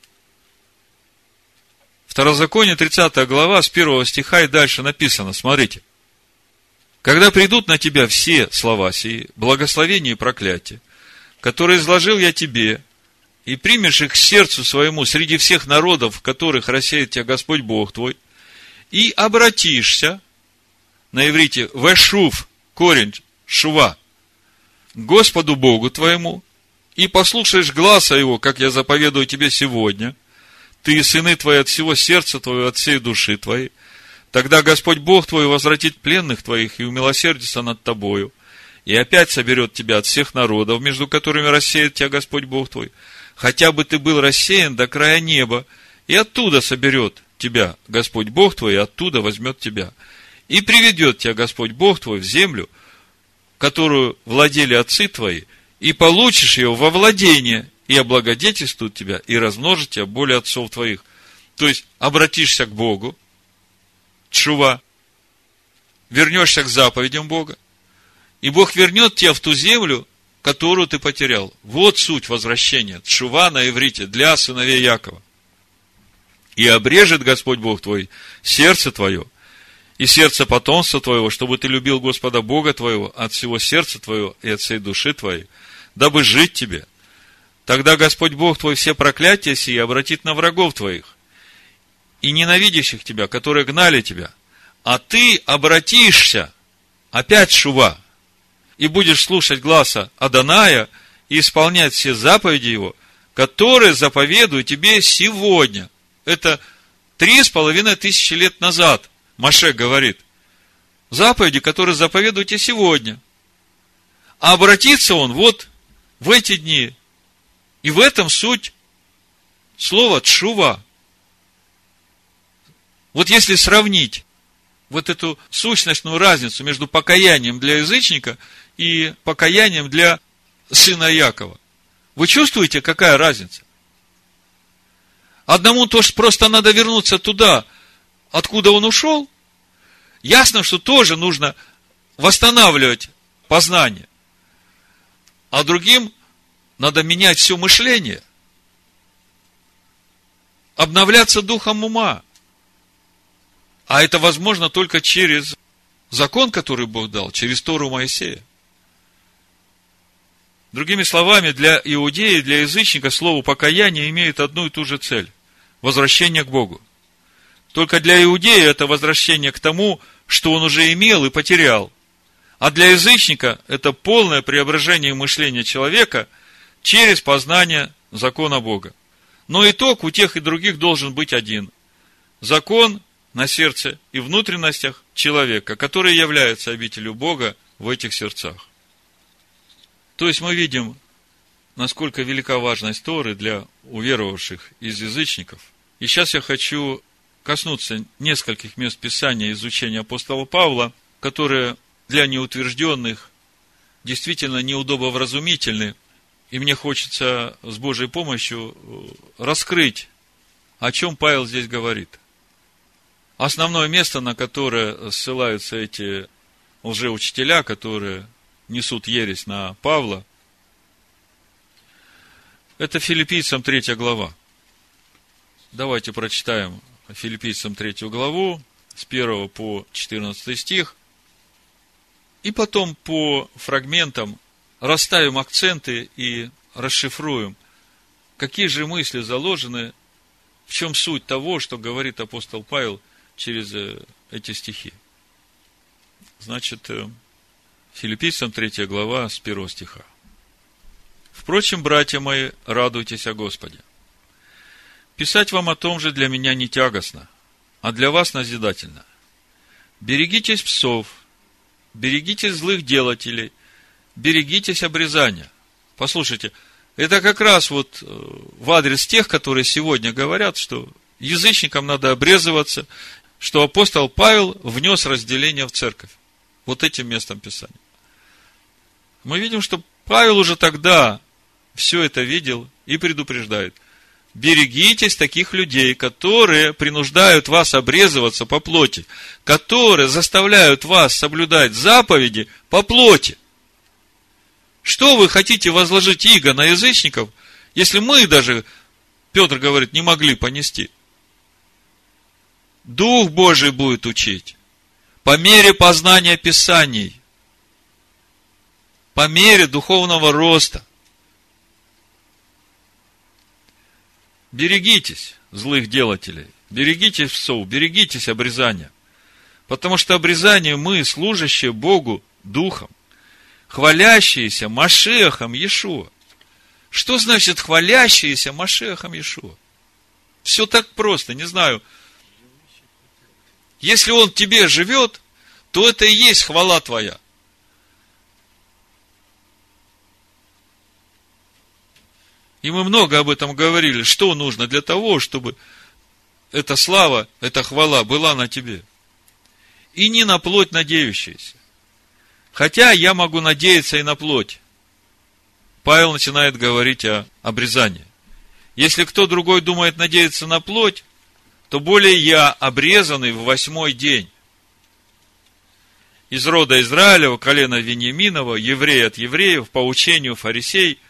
Второзаконие, тридцатая глава, с первого стиха и дальше написано, смотрите. Когда придут на тебя все слова сии, благословение и проклятие, которые изложил я тебе, и примешь их к сердцу своему среди всех народов, в которых рассеет тебя Господь Бог твой, и обратишься, на иврите вешув, корень шува, к Господу Богу твоему, и послушаешь гласа Его, как я заповедую тебе сегодня, ты и сыны твои от всего сердца твоего, от всей души твоей, тогда Господь Бог твой возвратит пленных твоих и умилосердится над тобою, и опять соберет тебя от всех народов, между которыми рассеет тебя Господь Бог твой, хотя бы ты был рассеян до края неба, и оттуда соберет тебя Господь Бог твой, и оттуда возьмет тебя, и приведет тебя Господь Бог твой в землю, которую владели отцы твои, и получишь ее во владение, и облагодетельствует тебя, и размножит тебя более отцов твоих. То есть, обратишься к Богу, тшува, вернешься к заповедям Бога, и Бог вернет тебя в ту землю, которую ты потерял. Вот суть возвращения. Тшува на иврите для сыновей Якова. И обрежет Господь Бог твой сердце твое, и сердце потомства твоего, чтобы ты любил Господа Бога твоего от всего сердца твоего и от всей души твоей, дабы жить тебе. Тогда Господь Бог твой все проклятия сии обратит на врагов твоих и ненавидящих тебя, которые гнали тебя. А ты обратишься, опять шува, и будешь слушать гласа Адоная и исполнять все заповеди Его, которые заповедую тебе сегодня. Это Три с половиной тысячи лет назад Моше говорит: заповеди, которые заповедуете сегодня. А обратиться он вот в эти дни. И в этом суть слова тшува. Вот если сравнить вот эту сущностную разницу между покаянием для язычника и покаянием для сына Якова, вы чувствуете, какая разница? Одному тоже просто надо вернуться туда, откуда он ушел. Ясно, что тоже нужно восстанавливать познание. А другим надо менять все мышление. Обновляться духом ума. А это возможно только через закон, который Бог дал, через Тору Моисея. Другими словами, для иудея, для язычника слово покаяние имеет одну и ту же цель. Возвращение к Богу. Только для иудея это возвращение к тому, что он уже имел и потерял. А для язычника это полное преображение мышления человека через познание закона Бога. Но итог у тех и других должен быть один. Закон на сердце и внутренностях человека, который является обителью Бога в этих сердцах. То есть мы видим, насколько велика важность Торы для уверовавших из язычников. И сейчас я хочу коснуться нескольких мест Писания изучения апостола Павла, которые для неутвержденных действительно неудобовразумительны. И мне хочется с Божьей помощью раскрыть, о чем Павел здесь говорит. Основное место, на которое ссылаются эти лжеучителя, которые несут ересь на Павла, это Филиппийцам третья глава. Давайте прочитаем Филиппийцам третью главу, с первого по четырнадцатый стих, и потом по фрагментам расставим акценты и расшифруем, какие же мысли заложены, в чем суть того, что говорит апостол Павел через эти стихи. Значит, Филиппийцам третья глава, с первого стиха. «Впрочем, братья мои, радуйтесь о Господе. Писать вам о том же для меня не тягостно, а для вас назидательно. Берегитесь псов, берегитесь злых делателей, берегитесь обрезания». Послушайте, это как раз вот в адрес тех, которые сегодня говорят, что язычникам надо обрезываться, что апостол Павел внес разделение в церковь. Вот этим местом Писания. Мы видим, что Павел уже тогда все это видел и предупреждает. Берегитесь таких людей, которые принуждают вас обрезываться по плоти, которые заставляют вас соблюдать заповеди по плоти. Что вы хотите возложить иго на язычников, если мы даже, Петр говорит, не могли понести? Дух Божий будет учить по мере познания Писаний, по мере духовного роста. Берегитесь злых делателей, берегитесь псов, берегитесь обрезания. Потому что обрезание мы, служащие Богу Духом, хвалящиеся Машиахом Иешуа. Что значит хвалящиеся Машиахом Иешуа? Все так просто, не знаю. Если он в тебе живет, то это и есть хвала твоя. И мы много об этом говорили, что нужно для того, чтобы эта слава, эта хвала была на тебе. И не на плоть надеющаяся. Хотя я могу надеяться и на плоть. Павел начинает говорить о обрезании. Если кто другой думает надеяться на плоть, то более я обрезанный в восьмой день. Из рода Израилева, колена Вениаминова, еврей от евреев, по учению фарисей,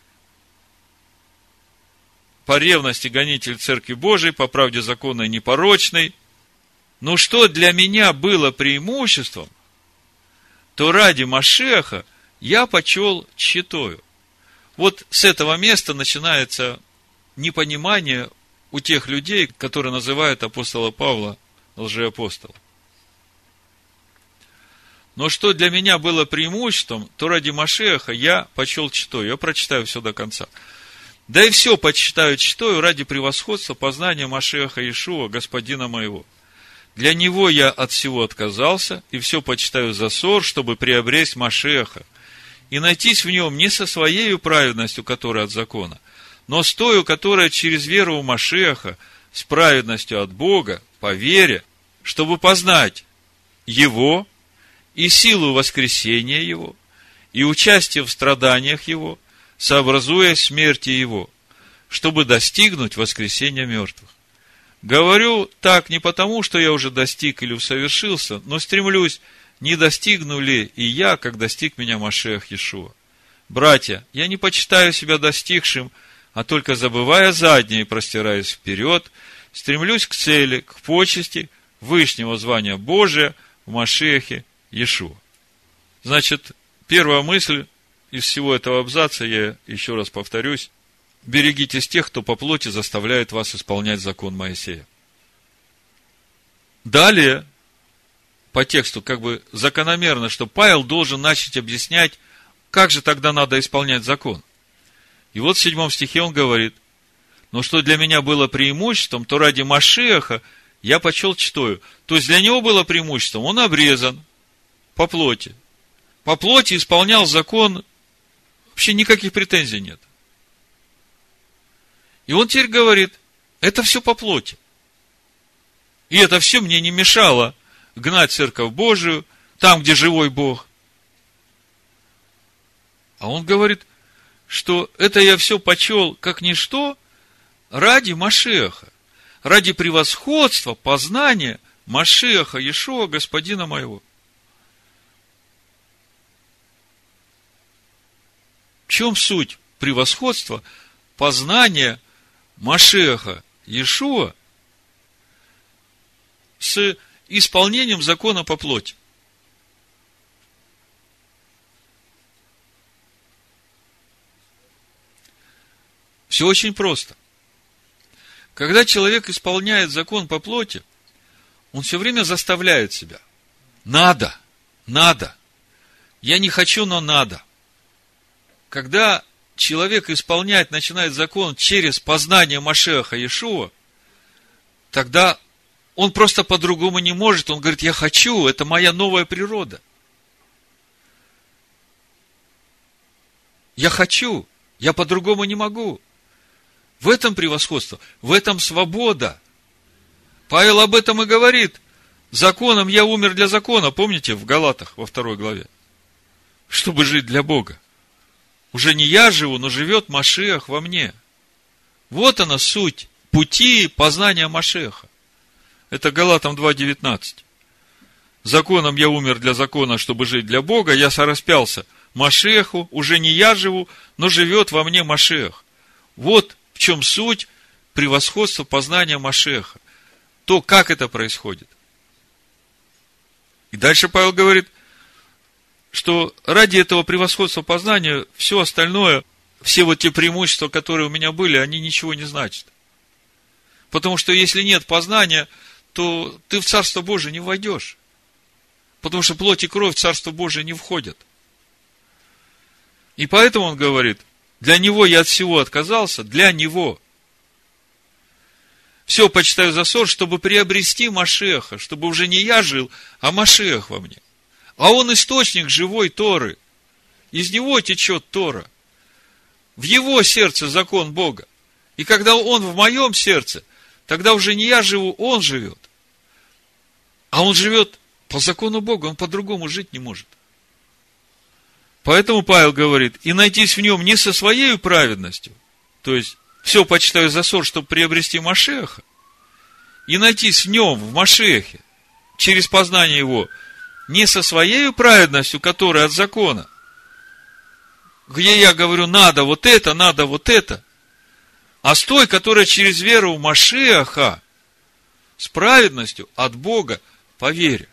по ревности гонитель Церкви Божией, по правде законной непорочной. Но что для меня было преимуществом, то ради Машиаха я почел тщетою. Вот с этого места начинается непонимание у тех людей, которые называют апостола Павла лжеапостолом. Но что для меня было преимуществом, то ради Машиаха я почел тщетою. Я прочитаю все до конца. Да и все почитаю чтою ради превосходства познания Машиаха Иешуа, Господина моего. Для него я от всего отказался, и все почитаю за ссор, чтобы приобресть Машиаха, и найтись в нем не со своей праведностью, которая от закона, но с тою, которая через веру в Машиаха, с праведностью от Бога, по вере, чтобы познать Его и силу воскресения Его, и участие в страданиях Его, сообразуясь смерти Его, чтобы достигнуть воскресения мертвых. Говорю так не потому, что я уже достиг или усовершился, но стремлюсь, не достигну ли и я, как достиг меня Машиах Иешуа. Братья, я не почитаю себя достигшим, а только забывая заднее и простираясь вперед, стремлюсь к цели, к почести вышнего звания Божия в Машиахе Иешуа. Значит, первая мысль из всего этого абзаца, я еще раз повторюсь: берегитесь тех, кто по плоти заставляет вас исполнять закон Моисея. Далее, по тексту, как бы закономерно, что Павел должен начать объяснять, как же тогда надо исполнять закон. И вот в седьмом стихе он говорит: но что для меня было преимуществом, то ради Машиаха я почел чтою. То есть для него было преимуществом, он обрезан по плоти. По плоти исполнял закон, вообще никаких претензий нет. И он теперь говорит: это все по плоти. И это все мне не мешало гнать церковь Божию, там, где живой Бог. А он говорит, что это я все почел как ничто ради Машиаха, ради превосходства, познания Машиаха Иешуа, Господина моего. В чем суть превосходства, познания Машиаха Иешуа с исполнением закона по плоти? Все очень просто. Когда человек исполняет закон по плоти, он все время заставляет себя. Надо, надо. Я не хочу, но надо. Когда человек исполнять начинает закон через познание Машиаха Иешуа, тогда он просто по-другому не может. Он говорит: я хочу, это моя новая природа. Я хочу, я по-другому не могу. В этом превосходство, в этом свобода. Павел об этом и говорит. Законом я умер для закона, помните, в Галатах, во второй главе? Чтобы жить для Бога. Уже не я живу, но живет Машиах во мне. Вот она суть пути познания Машиаха. Это Галатам два девятнадцать. Законом я умер для закона, чтобы жить для Бога, я сораспялся Машиаху, уже не я живу, но живет во мне Машиах. Вот в чем суть превосходства познания Машиаха. То, как это происходит. И дальше Павел говорит, что ради этого превосходства познания все остальное, все вот те преимущества, которые у меня были, они ничего не значат. Потому что если нет познания, то ты в Царство Божие не войдешь. Потому что плоть и кровь в Царство Божие не входят. И поэтому он говорит: для него я от всего отказался, для него. Все почитаю за ссор, чтобы приобрести Машиаха, чтобы уже не я жил, а Машиах во мне. А он источник живой Торы. Из него течет Тора. В его сердце закон Бога. И когда он в моем сердце, тогда уже не я живу, он живет. А он живет по закону Бога, он по-другому жить не может. Поэтому Павел говорит: и найтись в нем не со своей праведностью, то есть все почитаю за ссор, чтобы приобрести Машиаха, и найтись в нем, в Машиахе, через познание его, не со своей праведностью, которая от закона, где я говорю: надо вот это, надо вот это, а с той, которая через веру в Машиаха, с праведностью от Бога по вере.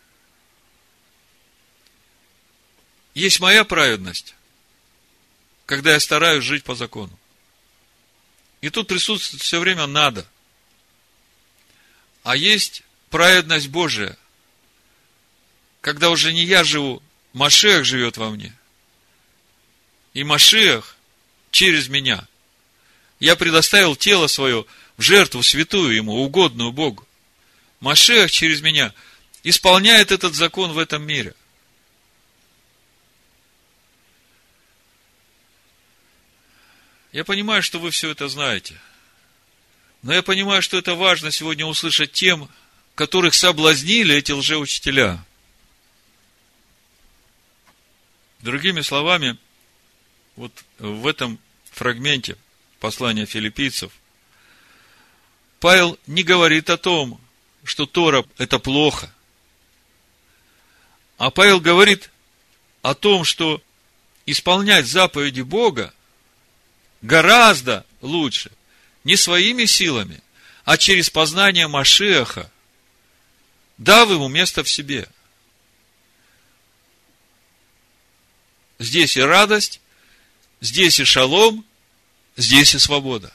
Есть моя праведность, когда я стараюсь жить по закону. И тут присутствует все время надо. А есть праведность Божия, когда уже не я живу, Машиах живет во мне. И Машиах через меня Я предоставил тело свое в жертву святую ему, угодную Богу. Машиах через меня исполняет этот закон в этом мире. Я понимаю, что вы все это знаете. Но я понимаю, что это важно сегодня услышать тем, которых соблазнили эти лжеучителя. Другими словами, вот в этом фрагменте послания филиппийцев Павел не говорит о том, что Тора – это плохо. А Павел говорит о том, что исполнять заповеди Бога гораздо лучше не своими силами, а через познание Машиаха, дав ему место в себе. Здесь и радость, здесь и шалом, здесь и свобода.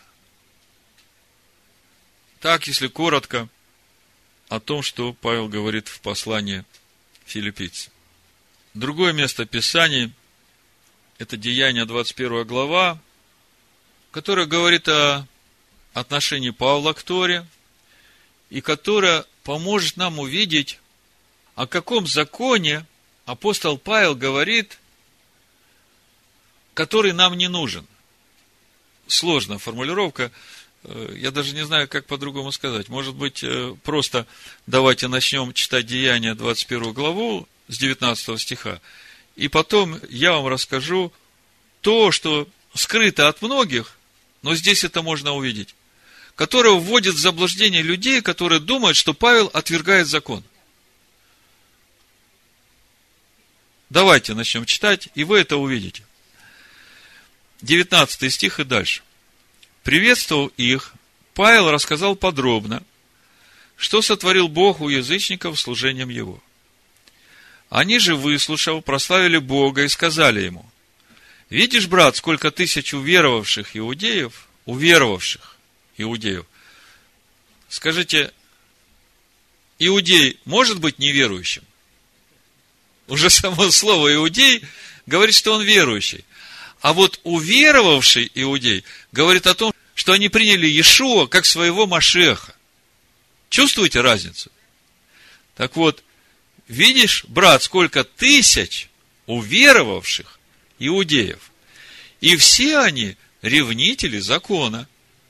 Так, если коротко, о том, что Павел говорит в послании филиппийцам. Другое место Писания – это Деяния, двадцать первая глава, которое говорит о отношении Павла к Торе, и которое поможет нам увидеть, о каком законе апостол Павел говорит, который нам не нужен. Сложная формулировка, я даже не знаю, как по-другому сказать. Может быть, просто давайте начнем читать Деяния, двадцать первую главу, с девятнадцатого стиха, и потом я вам расскажу то, что скрыто от многих, но здесь это можно увидеть, которое вводит в заблуждение людей, которые думают, что Павел отвергает закон. Давайте начнем читать, и вы это увидите. девятнадцатый стих и дальше. Приветствовав их, Павел рассказал подробно, что сотворил Бог у язычников служением его. Они же, выслушав, прославили Бога и сказали ему: видишь, брат, сколько тысяч уверовавших иудеев, уверовавших иудеев. Скажите, иудей может быть неверующим? Уже само слово иудей говорит, что он верующий. А вот уверовавший иудей говорит о том, что они приняли Иешуа как своего Машиаха. Чувствуете разницу? Так вот, видишь, брат, сколько тысяч уверовавших иудеев. И все они ревнители закона.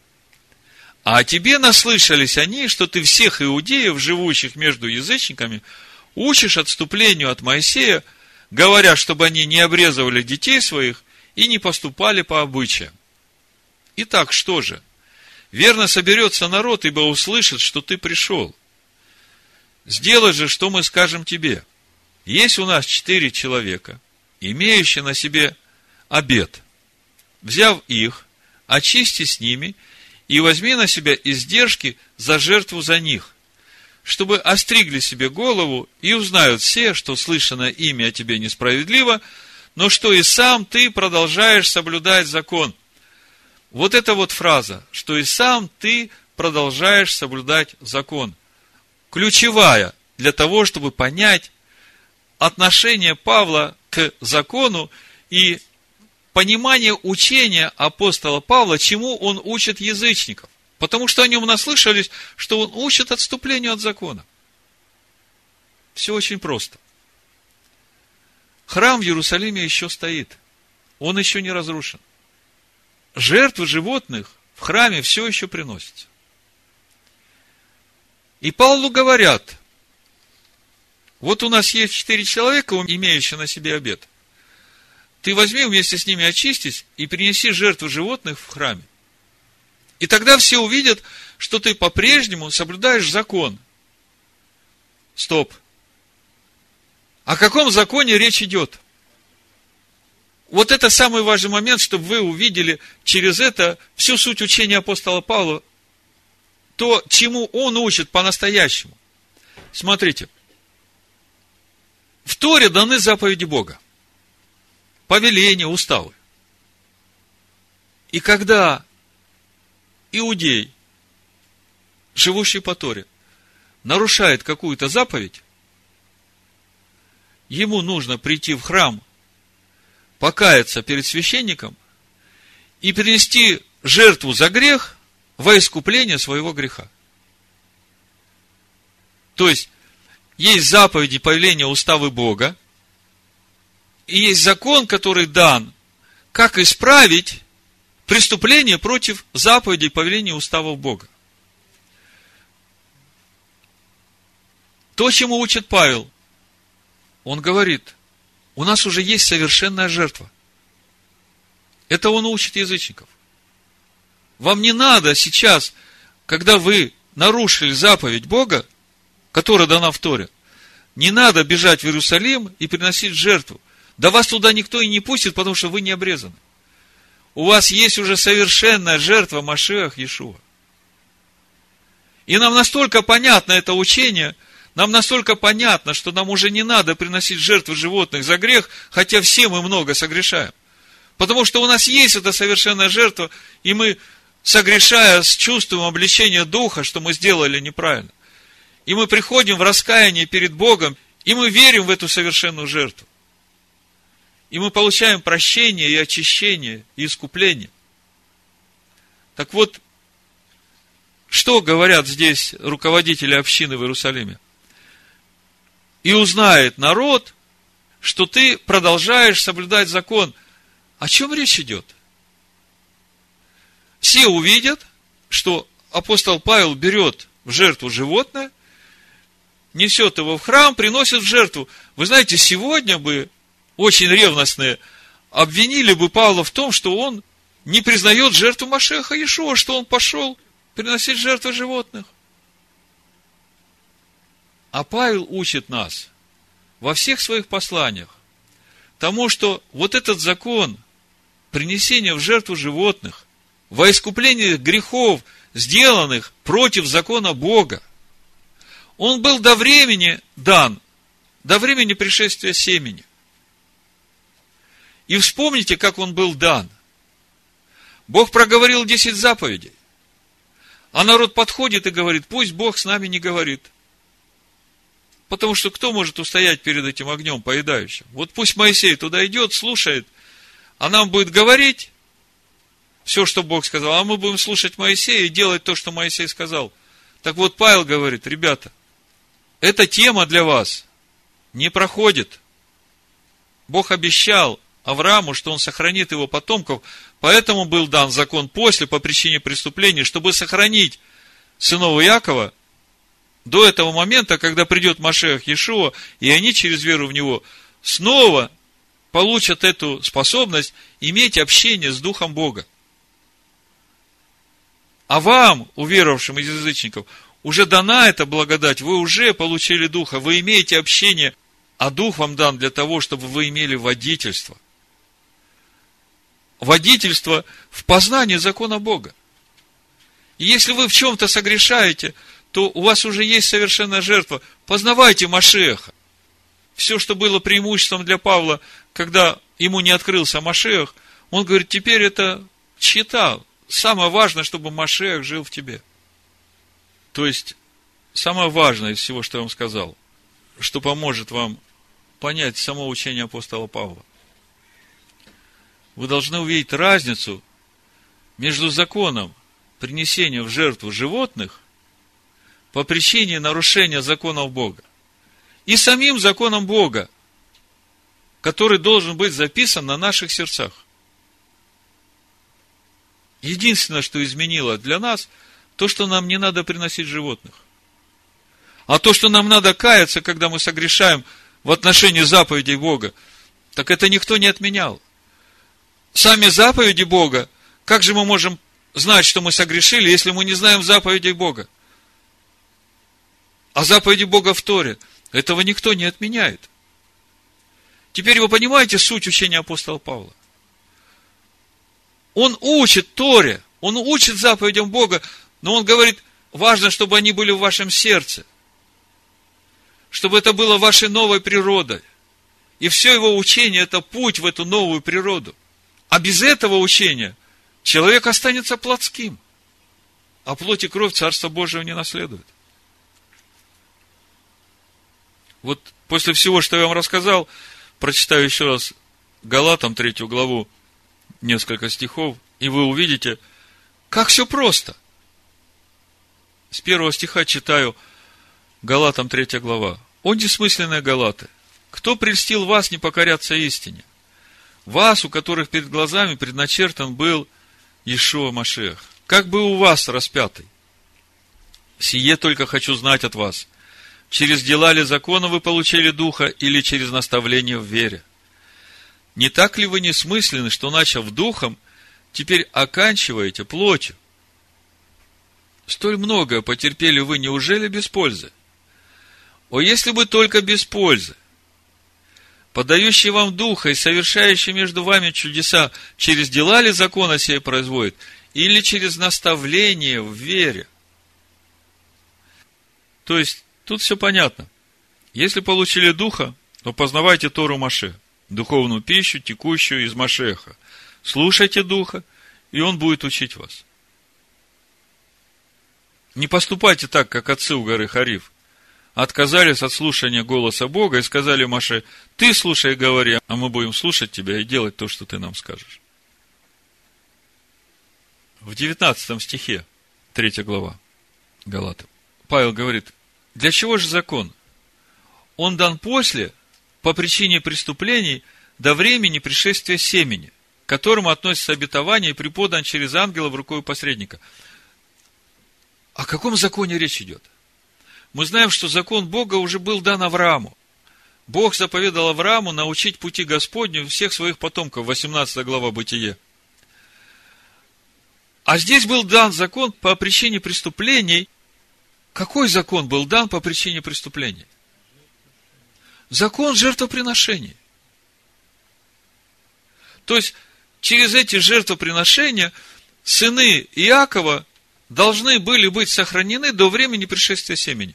А тебе наслышались они, что ты всех иудеев, живущих между язычниками, учишь отступлению от Моисея, говоря, чтобы они не обрезывали детей своих и не поступали по обычаям. Итак, что же? Верно соберется народ, ибо услышит, что ты пришел. Сделай же, что мы скажем тебе. Есть у нас четыре человека, имеющие на себе обет. Взяв их, очисти с ними и возьми на себя издержки за жертву за них, чтобы остригли себе голову и узнают все, что слышано ими о тебе несправедливо, но что и сам ты продолжаешь соблюдать закон. Вот эта вот фраза, что и сам ты продолжаешь соблюдать закон, ключевая для того, чтобы понять отношение Павла к закону и понимание учения апостола Павла, чему он учит язычников. Потому что о нем наслышались, что он учит отступлению от закона. Все очень просто. Храм в Иерусалиме еще стоит. Он еще не разрушен. Жертвы животных в храме все еще приносятся. И Павлу говорят: вот у нас есть четыре человека, имеющие на себе обет. Ты возьми вместе с ними, очистись и принеси жертвы животных в храме. И тогда все увидят, что ты по-прежнему соблюдаешь закон. Стоп. О каком законе речь идет? Вот это самый важный момент, чтобы вы увидели через это всю суть учения апостола Павла, то, чему он учит по-настоящему. Смотрите. В Торе даны заповеди Бога. Повеления, уставы. И когда иудей, живущий по Торе, нарушает какую-то заповедь, ему нужно прийти в храм, покаяться перед священником и принести жертву за грех во искупление своего греха. То есть, есть заповеди повеления уставы Бога, и есть закон, который дан, как исправить преступление против заповедей повеления уставов Бога. То, чему учит Павел, он говорит, у нас уже есть совершенная жертва. Это он учит язычников. Вам не надо сейчас, когда вы нарушили заповедь Бога, которая дана в Торе, не надо бежать в Иерусалим и приносить жертву. Да вас туда никто и не пустит, потому что вы не обрезаны. У вас есть уже совершенная жертва Машиах Иешуа. И нам настолько понятно это учение, нам настолько понятно, что нам уже не надо приносить жертвы животных за грех, хотя все мы много согрешаем. Потому что у нас есть эта совершенная жертва, и мы, согрешая с чувством обличения духа, что мы сделали неправильно, и мы приходим в раскаяние перед Богом, и мы верим в эту совершенную жертву. И мы получаем прощение и очищение, и искупление. Так вот, что говорят здесь руководители общины в Иерусалиме? И узнает народ, что ты продолжаешь соблюдать закон. О чем речь идет? Все увидят, что апостол Павел берет в жертву животное, несет его в храм, приносит в жертву. Вы знаете, сегодня бы очень ревностные обвинили бы Павла в том, что он не признает жертву Машиаха Иешуа, что он пошел приносить жертвы животных. А Павел учит нас во всех своих посланиях тому, что вот этот закон принесения в жертву животных во искупление грехов, сделанных против закона Бога, он был до времени дан, до времени пришествия семени. И вспомните, как он был дан. Бог проговорил десять заповедей. А народ подходит и говорит, пусть Бог с нами не говорит. Потому что кто может устоять перед этим огнем поедающим? Вот пусть Моисей туда идет, слушает, а нам будет говорить все, что Бог сказал, а мы будем слушать Моисея и делать то, что Моисей сказал. Так вот, Павел говорит, ребята, эта тема для вас не проходит. Бог обещал Аврааму, что он сохранит его потомков, поэтому был дан закон после, по причине преступлений, чтобы сохранить сынов Иакова до этого момента, когда придет Машиах Иешуа, и они через веру в него снова получат эту способность иметь общение с Духом Бога. А вам, уверовавшим из язычников, уже дана эта благодать, вы уже получили Духа, вы имеете общение, а Дух вам дан для того, чтобы вы имели водительство. Водительство в познании закона Бога. И если вы в чем-то согрешаете, то у вас уже есть совершенная жертва. Познавайте Машиаха. Все, что было преимуществом для Павла, когда ему не открылся Машиах, он говорит, теперь это чита. Самое важное, чтобы Машиах жил в тебе. То есть, самое важное из всего, что я вам сказал, что поможет вам понять само учение апостола Павла. Вы должны увидеть разницу между законом принесения в жертву животных по причине нарушения законов Бога и самим законом Бога, который должен быть записан на наших сердцах. Единственное, что изменило для нас, то, что нам не надо приносить животных. А то, что нам надо каяться, когда мы согрешаем в отношении заповедей Бога, так это никто не отменял. Сами заповеди Бога, как же мы можем знать, что мы согрешили, если мы не знаем заповедей Бога? А заповеди Бога в Торе, этого никто не отменяет. Теперь вы понимаете суть учения апостола Павла? Он учит Торе, он учит заповедям Бога, но он говорит, важно, чтобы они были в вашем сердце, чтобы это было вашей новой природой. И все его учение – это путь в эту новую природу. А без этого учения человек останется плотским, а плоть и кровь Царства Божьего не наследует. Вот после всего, что я вам рассказал, прочитаю еще раз Галатам третью главу, несколько стихов, и вы увидите, Как все просто. С первого стиха читаю Галатам третья глава. «О, бессмысленные Галаты! Кто прельстил вас не покоряться истине? Вас, у которых перед глазами предначертан был Иешуа Машиах, как бы у вас распятый. Сие только хочу знать от вас. Через дела ли закона вы получили духа, или через наставление в вере? Не так ли вы несмысленны, что, начав духом, теперь оканчиваете плотью? Столь многое потерпели вы, неужели без пользы? О, если бы только без пользы! Подающий вам духа и совершающий между вами чудеса, через дела ли закона сей производит, или через наставление в вере?» То есть, тут все понятно. Если получили духа, то познавайте Тору Моше, духовную пищу, текущую из Машеха. Слушайте духа, и он будет учить вас. Не поступайте так, как отцы у горы Харив. Отказались от слушания голоса Бога и сказали Моше: ты слушай и говори, а мы будем слушать тебя и делать то, что ты нам скажешь. В девятнадцатом стихе, третья глава Галатам, Павел говорит: для чего же закон? Он дан после, по причине преступлений, до времени пришествия семени, к которому относится обетование и преподан через ангелов рукою посредника. О каком законе речь идет? Мы знаем, что закон Бога уже был дан Аврааму. Бог заповедал Аврааму научить пути Господню всех своих потомков, восемнадцатая глава Бытие. А здесь был дан закон по причине преступлений. Какой закон был дан по причине преступлений? Закон жертвоприношений. То есть, через эти жертвоприношения сыны Иакова должны были быть сохранены до времени пришествия семени.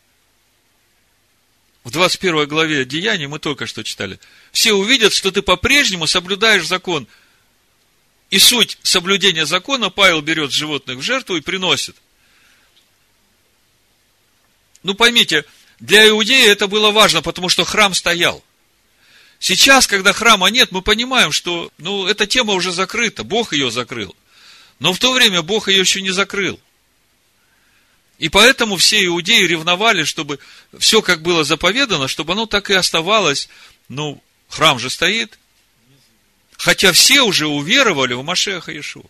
В двадцать первой главе Деяний мы только что читали. Все увидят, что ты по-прежнему соблюдаешь закон. И суть соблюдения закона: Павел берет животных в жертву и приносит. Ну, поймите, для иудея это было важно, потому что храм стоял. Сейчас, когда храма нет, мы понимаем, что, ну, эта тема уже закрыта, Бог ее закрыл. Но в то время Бог ее еще не закрыл. И поэтому все иудеи ревновали, чтобы все, как было заповедано, чтобы оно так и оставалось. Ну, храм же стоит. Хотя все уже уверовали в Машиаха Иешуа.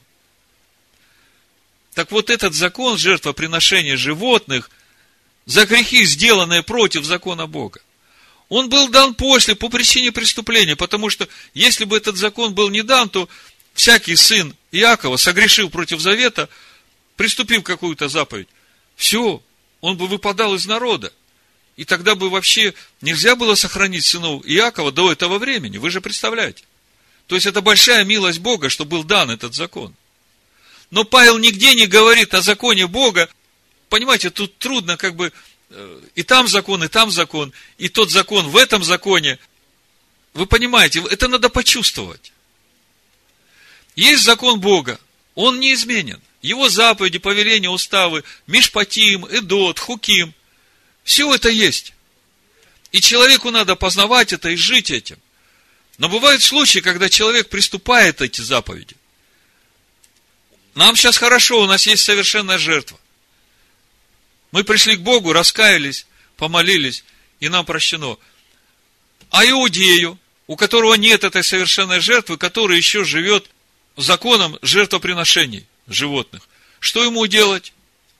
Так вот, этот закон жертвоприношения животных за грехи, сделанные против закона Бога, он был дан после, по причине преступления. Потому что, если бы этот закон был не дан, то всякий сын Иакова, согрешив против завета, приступив какую-то заповедь, все, он бы выпадал из народа. И тогда бы вообще нельзя было сохранить сынов Иакова до этого времени. Вы же представляете. То есть, это большая милость Бога, что был дан этот закон. Но Павел нигде не говорит о законе Бога. Понимаете, тут трудно как бы и там закон, и там закон, и тот закон в этом законе. Вы понимаете, это надо почувствовать. Есть закон Бога, он неизменен. Его заповеди, повеления, уставы, Мишпатим, Эдот, Хуким, все это есть. И человеку надо познавать это и жить этим. Но бывают случаи, когда человек приступает эти заповеди. Нам сейчас хорошо, у нас есть совершенная жертва. Мы пришли к Богу, раскаялись, помолились, и нам прощено. А иудею, у которого нет этой совершенной жертвы, который еще живет законом жертвоприношений животных, что ему делать?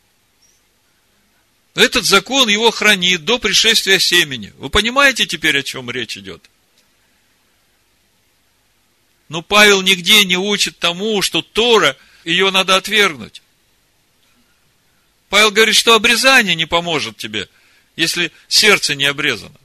Этот закон его хранит до пришествия семени. Вы понимаете теперь, о чем речь идет? Но Павел нигде не учит тому, что Тора, ее надо отвергнуть. Павел говорит, что обрезание не поможет тебе, если сердце не обрезано.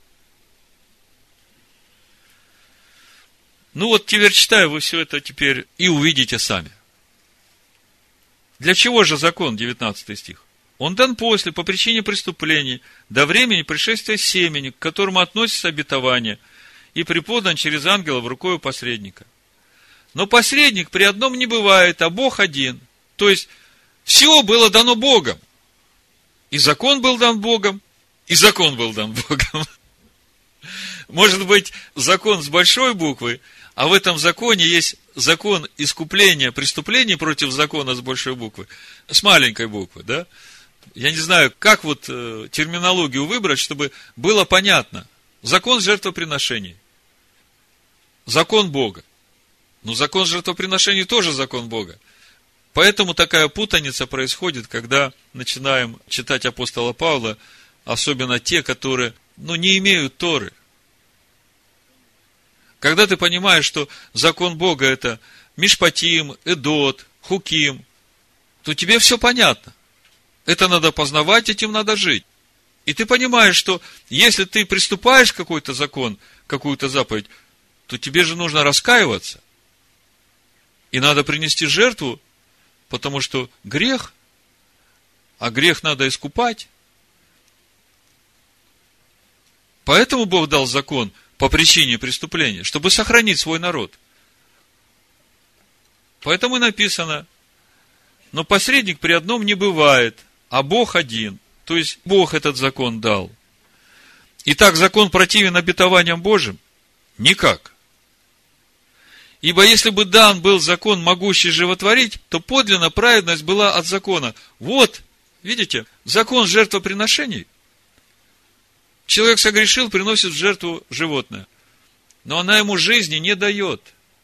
Ну вот теперь читаю, вы все это теперь и увидите сами. Для чего же закон, девятнадцатый стих? Он дан после, по причине преступлений, до времени пришествия семени, к которому относится обетование, и преподан через ангелов рукою посредника. Но посредник при одном не бывает, а Бог один. То есть, все было дано Богом. И закон был дан Богом, и закон был дан Богом. Может быть, закон с большой буквы, а в этом законе есть закон искупления преступлений против закона с большой буквы, с маленькой буквы, да? Я не знаю, как вот э, терминологию выбрать, чтобы было понятно. Закон жертвоприношений. Закон Бога. Ну, закон жертвоприношений тоже закон Бога. Поэтому такая путаница происходит, когда начинаем читать апостола Павла, особенно те, которые, ну, не имеют Торы. Когда ты понимаешь, что закон Бога это Мишпатим, Эдот, Хуким, то тебе все понятно. Это надо познавать, этим надо жить. И ты понимаешь, что если ты приступаешь к какой-то закон, какую-то заповедь, то тебе же нужно раскаиваться. И надо принести жертву, потому что грех, а грех надо искупать. Поэтому Бог дал закон по причине преступления, чтобы сохранить свой народ. Поэтому и написано, но посредник при одном не бывает, а Бог один. То есть, Бог этот закон дал. Итак, закон противен обетованиям Божьим? Никак. Ибо если бы дан был закон, могущий животворить, то подлинно праведность была от закона. Вот, видите, закон жертвоприношений. Человек согрешил, приносит в жертву животное. Но она ему жизни не дает.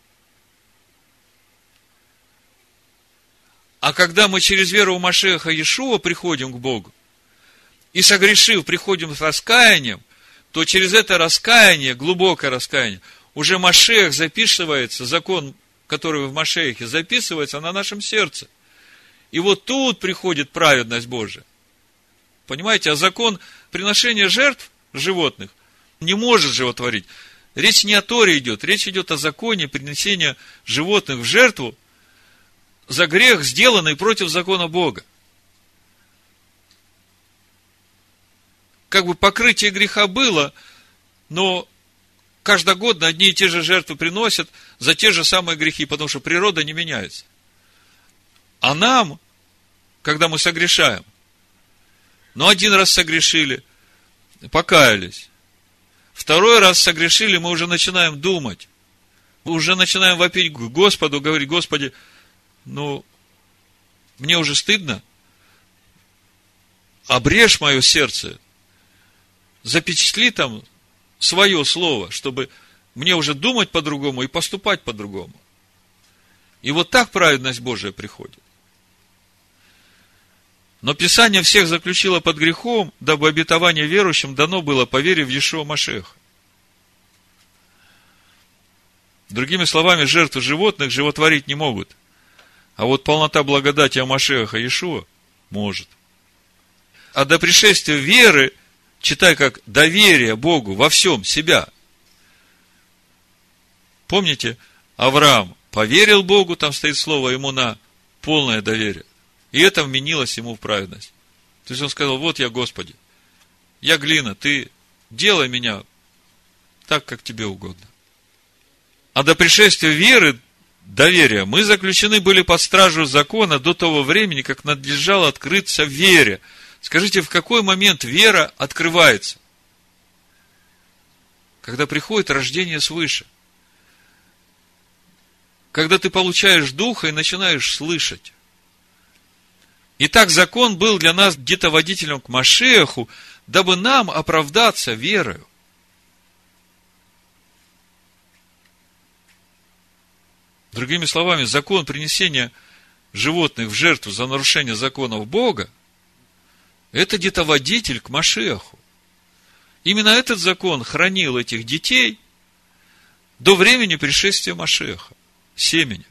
А когда мы через веру в Машеха Иешуа приходим к Богу, и согрешив, приходим с раскаянием, то через это раскаяние, глубокое раскаяние, уже Машех записывается, закон, который в Машехе, записывается на нашем сердце. И вот тут приходит праведность Божия. Понимаете, а закон приношения жертв животных не может животворить. Речь не о Торе идет, речь идет о законе принесения животных в жертву за грех, сделанный против закона Бога. Как бы покрытие греха было, но каждогодно одни и те же жертвы приносят за те же самые грехи, потому что природа не меняется. А нам, когда мы согрешаем, ну, один раз согрешили, покаялись. Второй раз согрешили, мы уже начинаем думать. Мы уже начинаем вопить к Господу, говорить: Господи, ну, мне уже стыдно. Обрежь мое сердце. Запечатли там свое слово, чтобы мне уже думать по-другому и поступать по-другому. И вот так праведность Божия приходит. Но Писание всех заключило под грехом, дабы обетование верующим дано было по вере в Иешуа Машеха. Другими словами, жертвы животных животворить не могут. А вот полнота благодати Машеха Иешуа может. А до пришествия веры, читай как доверие Богу во всем себя. Помните, Авраам поверил Богу, там стоит слово ему на полное доверие. И это вменилось ему в праведность. То есть он сказал: вот я, Господи, я глина, ты делай меня так, как тебе угодно. А до пришествия веры, доверия, мы заключены были под стражу закона до того времени, как надлежало открыться вере. Скажите, в какой момент вера открывается? Когда приходит рождение свыше. Когда ты получаешь Духа и начинаешь слышать. Итак, закон был для нас где-то водителем к Машиаху, дабы нам оправдаться верою. Другими словами, закон принесения животных в жертву за нарушение законов Бога — это где-то водитель к Машиаху. Именно этот закон хранил этих детей до времени пришествия Машиаха, семени.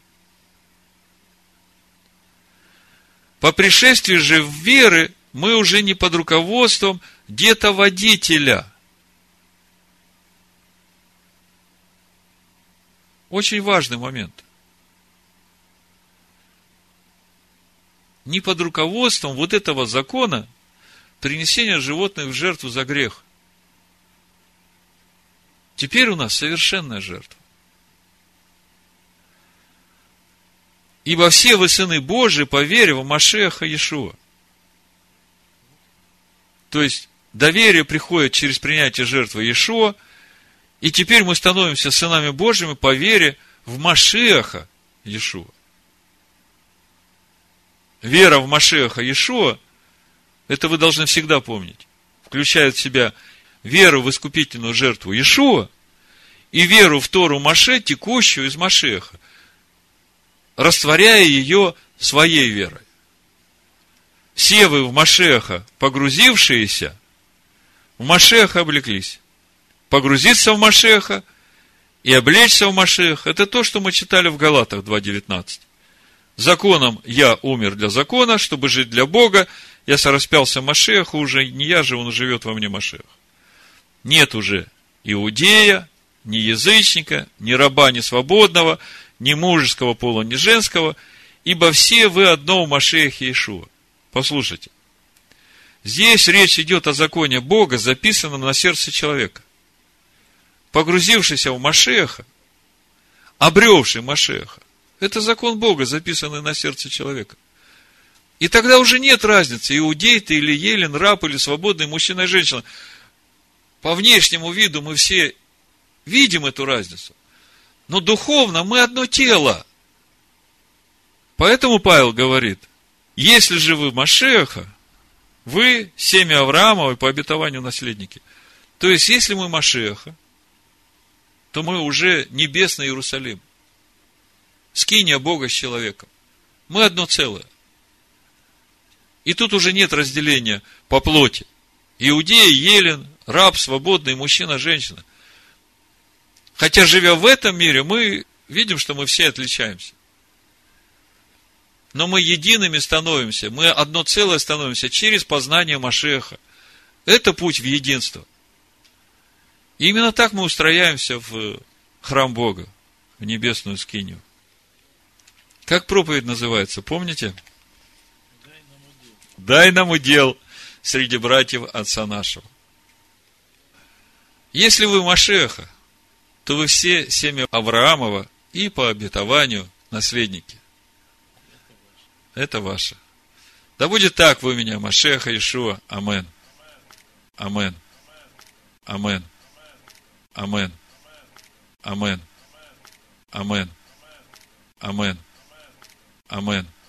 По пришествии же в веры мы уже не под руководством где-то водителя. Очень важный момент. Не под руководством вот этого закона принесения животных в жертву за грех. Теперь у нас совершенная жертва. Ибо все вы сыны Божии по вере в Машеха Иешуа. То есть, доверие приходит через принятие жертвы Иешуа, И теперь мы становимся сынами Божьими по вере в Машиаха Иешуа. Вера в Машиаха Иешуа, это вы должны всегда помнить, включает в себя веру в искупительную жертву Иешуа и веру в Тору Моше, текущую из Машиаха, растворяя ее своей верой. Все вы в Машиаха погрузившиеся, в Машиаха облеклись. Погрузиться в Машиаха и облечься в Машиаха – это то, что мы читали в Галатах два девятнадцать. Законом я умер для закона, чтобы жить для Бога. Я сораспялся Машиаху, уже не я же, он живет во мне Машиах. Нет уже иудея, ни язычника, ни раба, ни свободного, ни мужеского пола, ни женского, ибо все вы одно в Машиахе Иешуа. Послушайте. Здесь речь идет о законе Бога, записанном на сердце человека. Погрузившийся в Машиаха, обревший Машиаха, это закон Бога, записанный на сердце человека. И тогда уже нет разницы, иудей ты или елен, раб или свободный мужчина и женщина. По внешнему виду мы все видим эту разницу. Но духовно мы одно тело. Поэтому Павел говорит, если же вы Машиаха, вы семя Авраамова по обетованию наследники. То есть, если мы Машиаха, то мы уже небесный Иерусалим. Скиния Бога с человеком. Мы одно целое. И тут уже нет разделения по плоти. Иудей, елен, раб, свободный, мужчина, женщина. Хотя, живя в этом мире, мы видим, что мы все отличаемся. Но мы едиными становимся, мы одно целое становимся через познание Машиаха. Это путь в единство. И именно так мы устрояемся в храм Бога, в небесную скинию. Как проповедь называется, помните? Дай нам удел среди братьев отца нашего. Если вы Машиаха, то вы все семя Авраамова и по обетованию наследники. Это ваше. Да будет так в имя Машиаха Иешуа. Амен. Амен. Амен. Амен. Амен. Амен. Амен. Амен.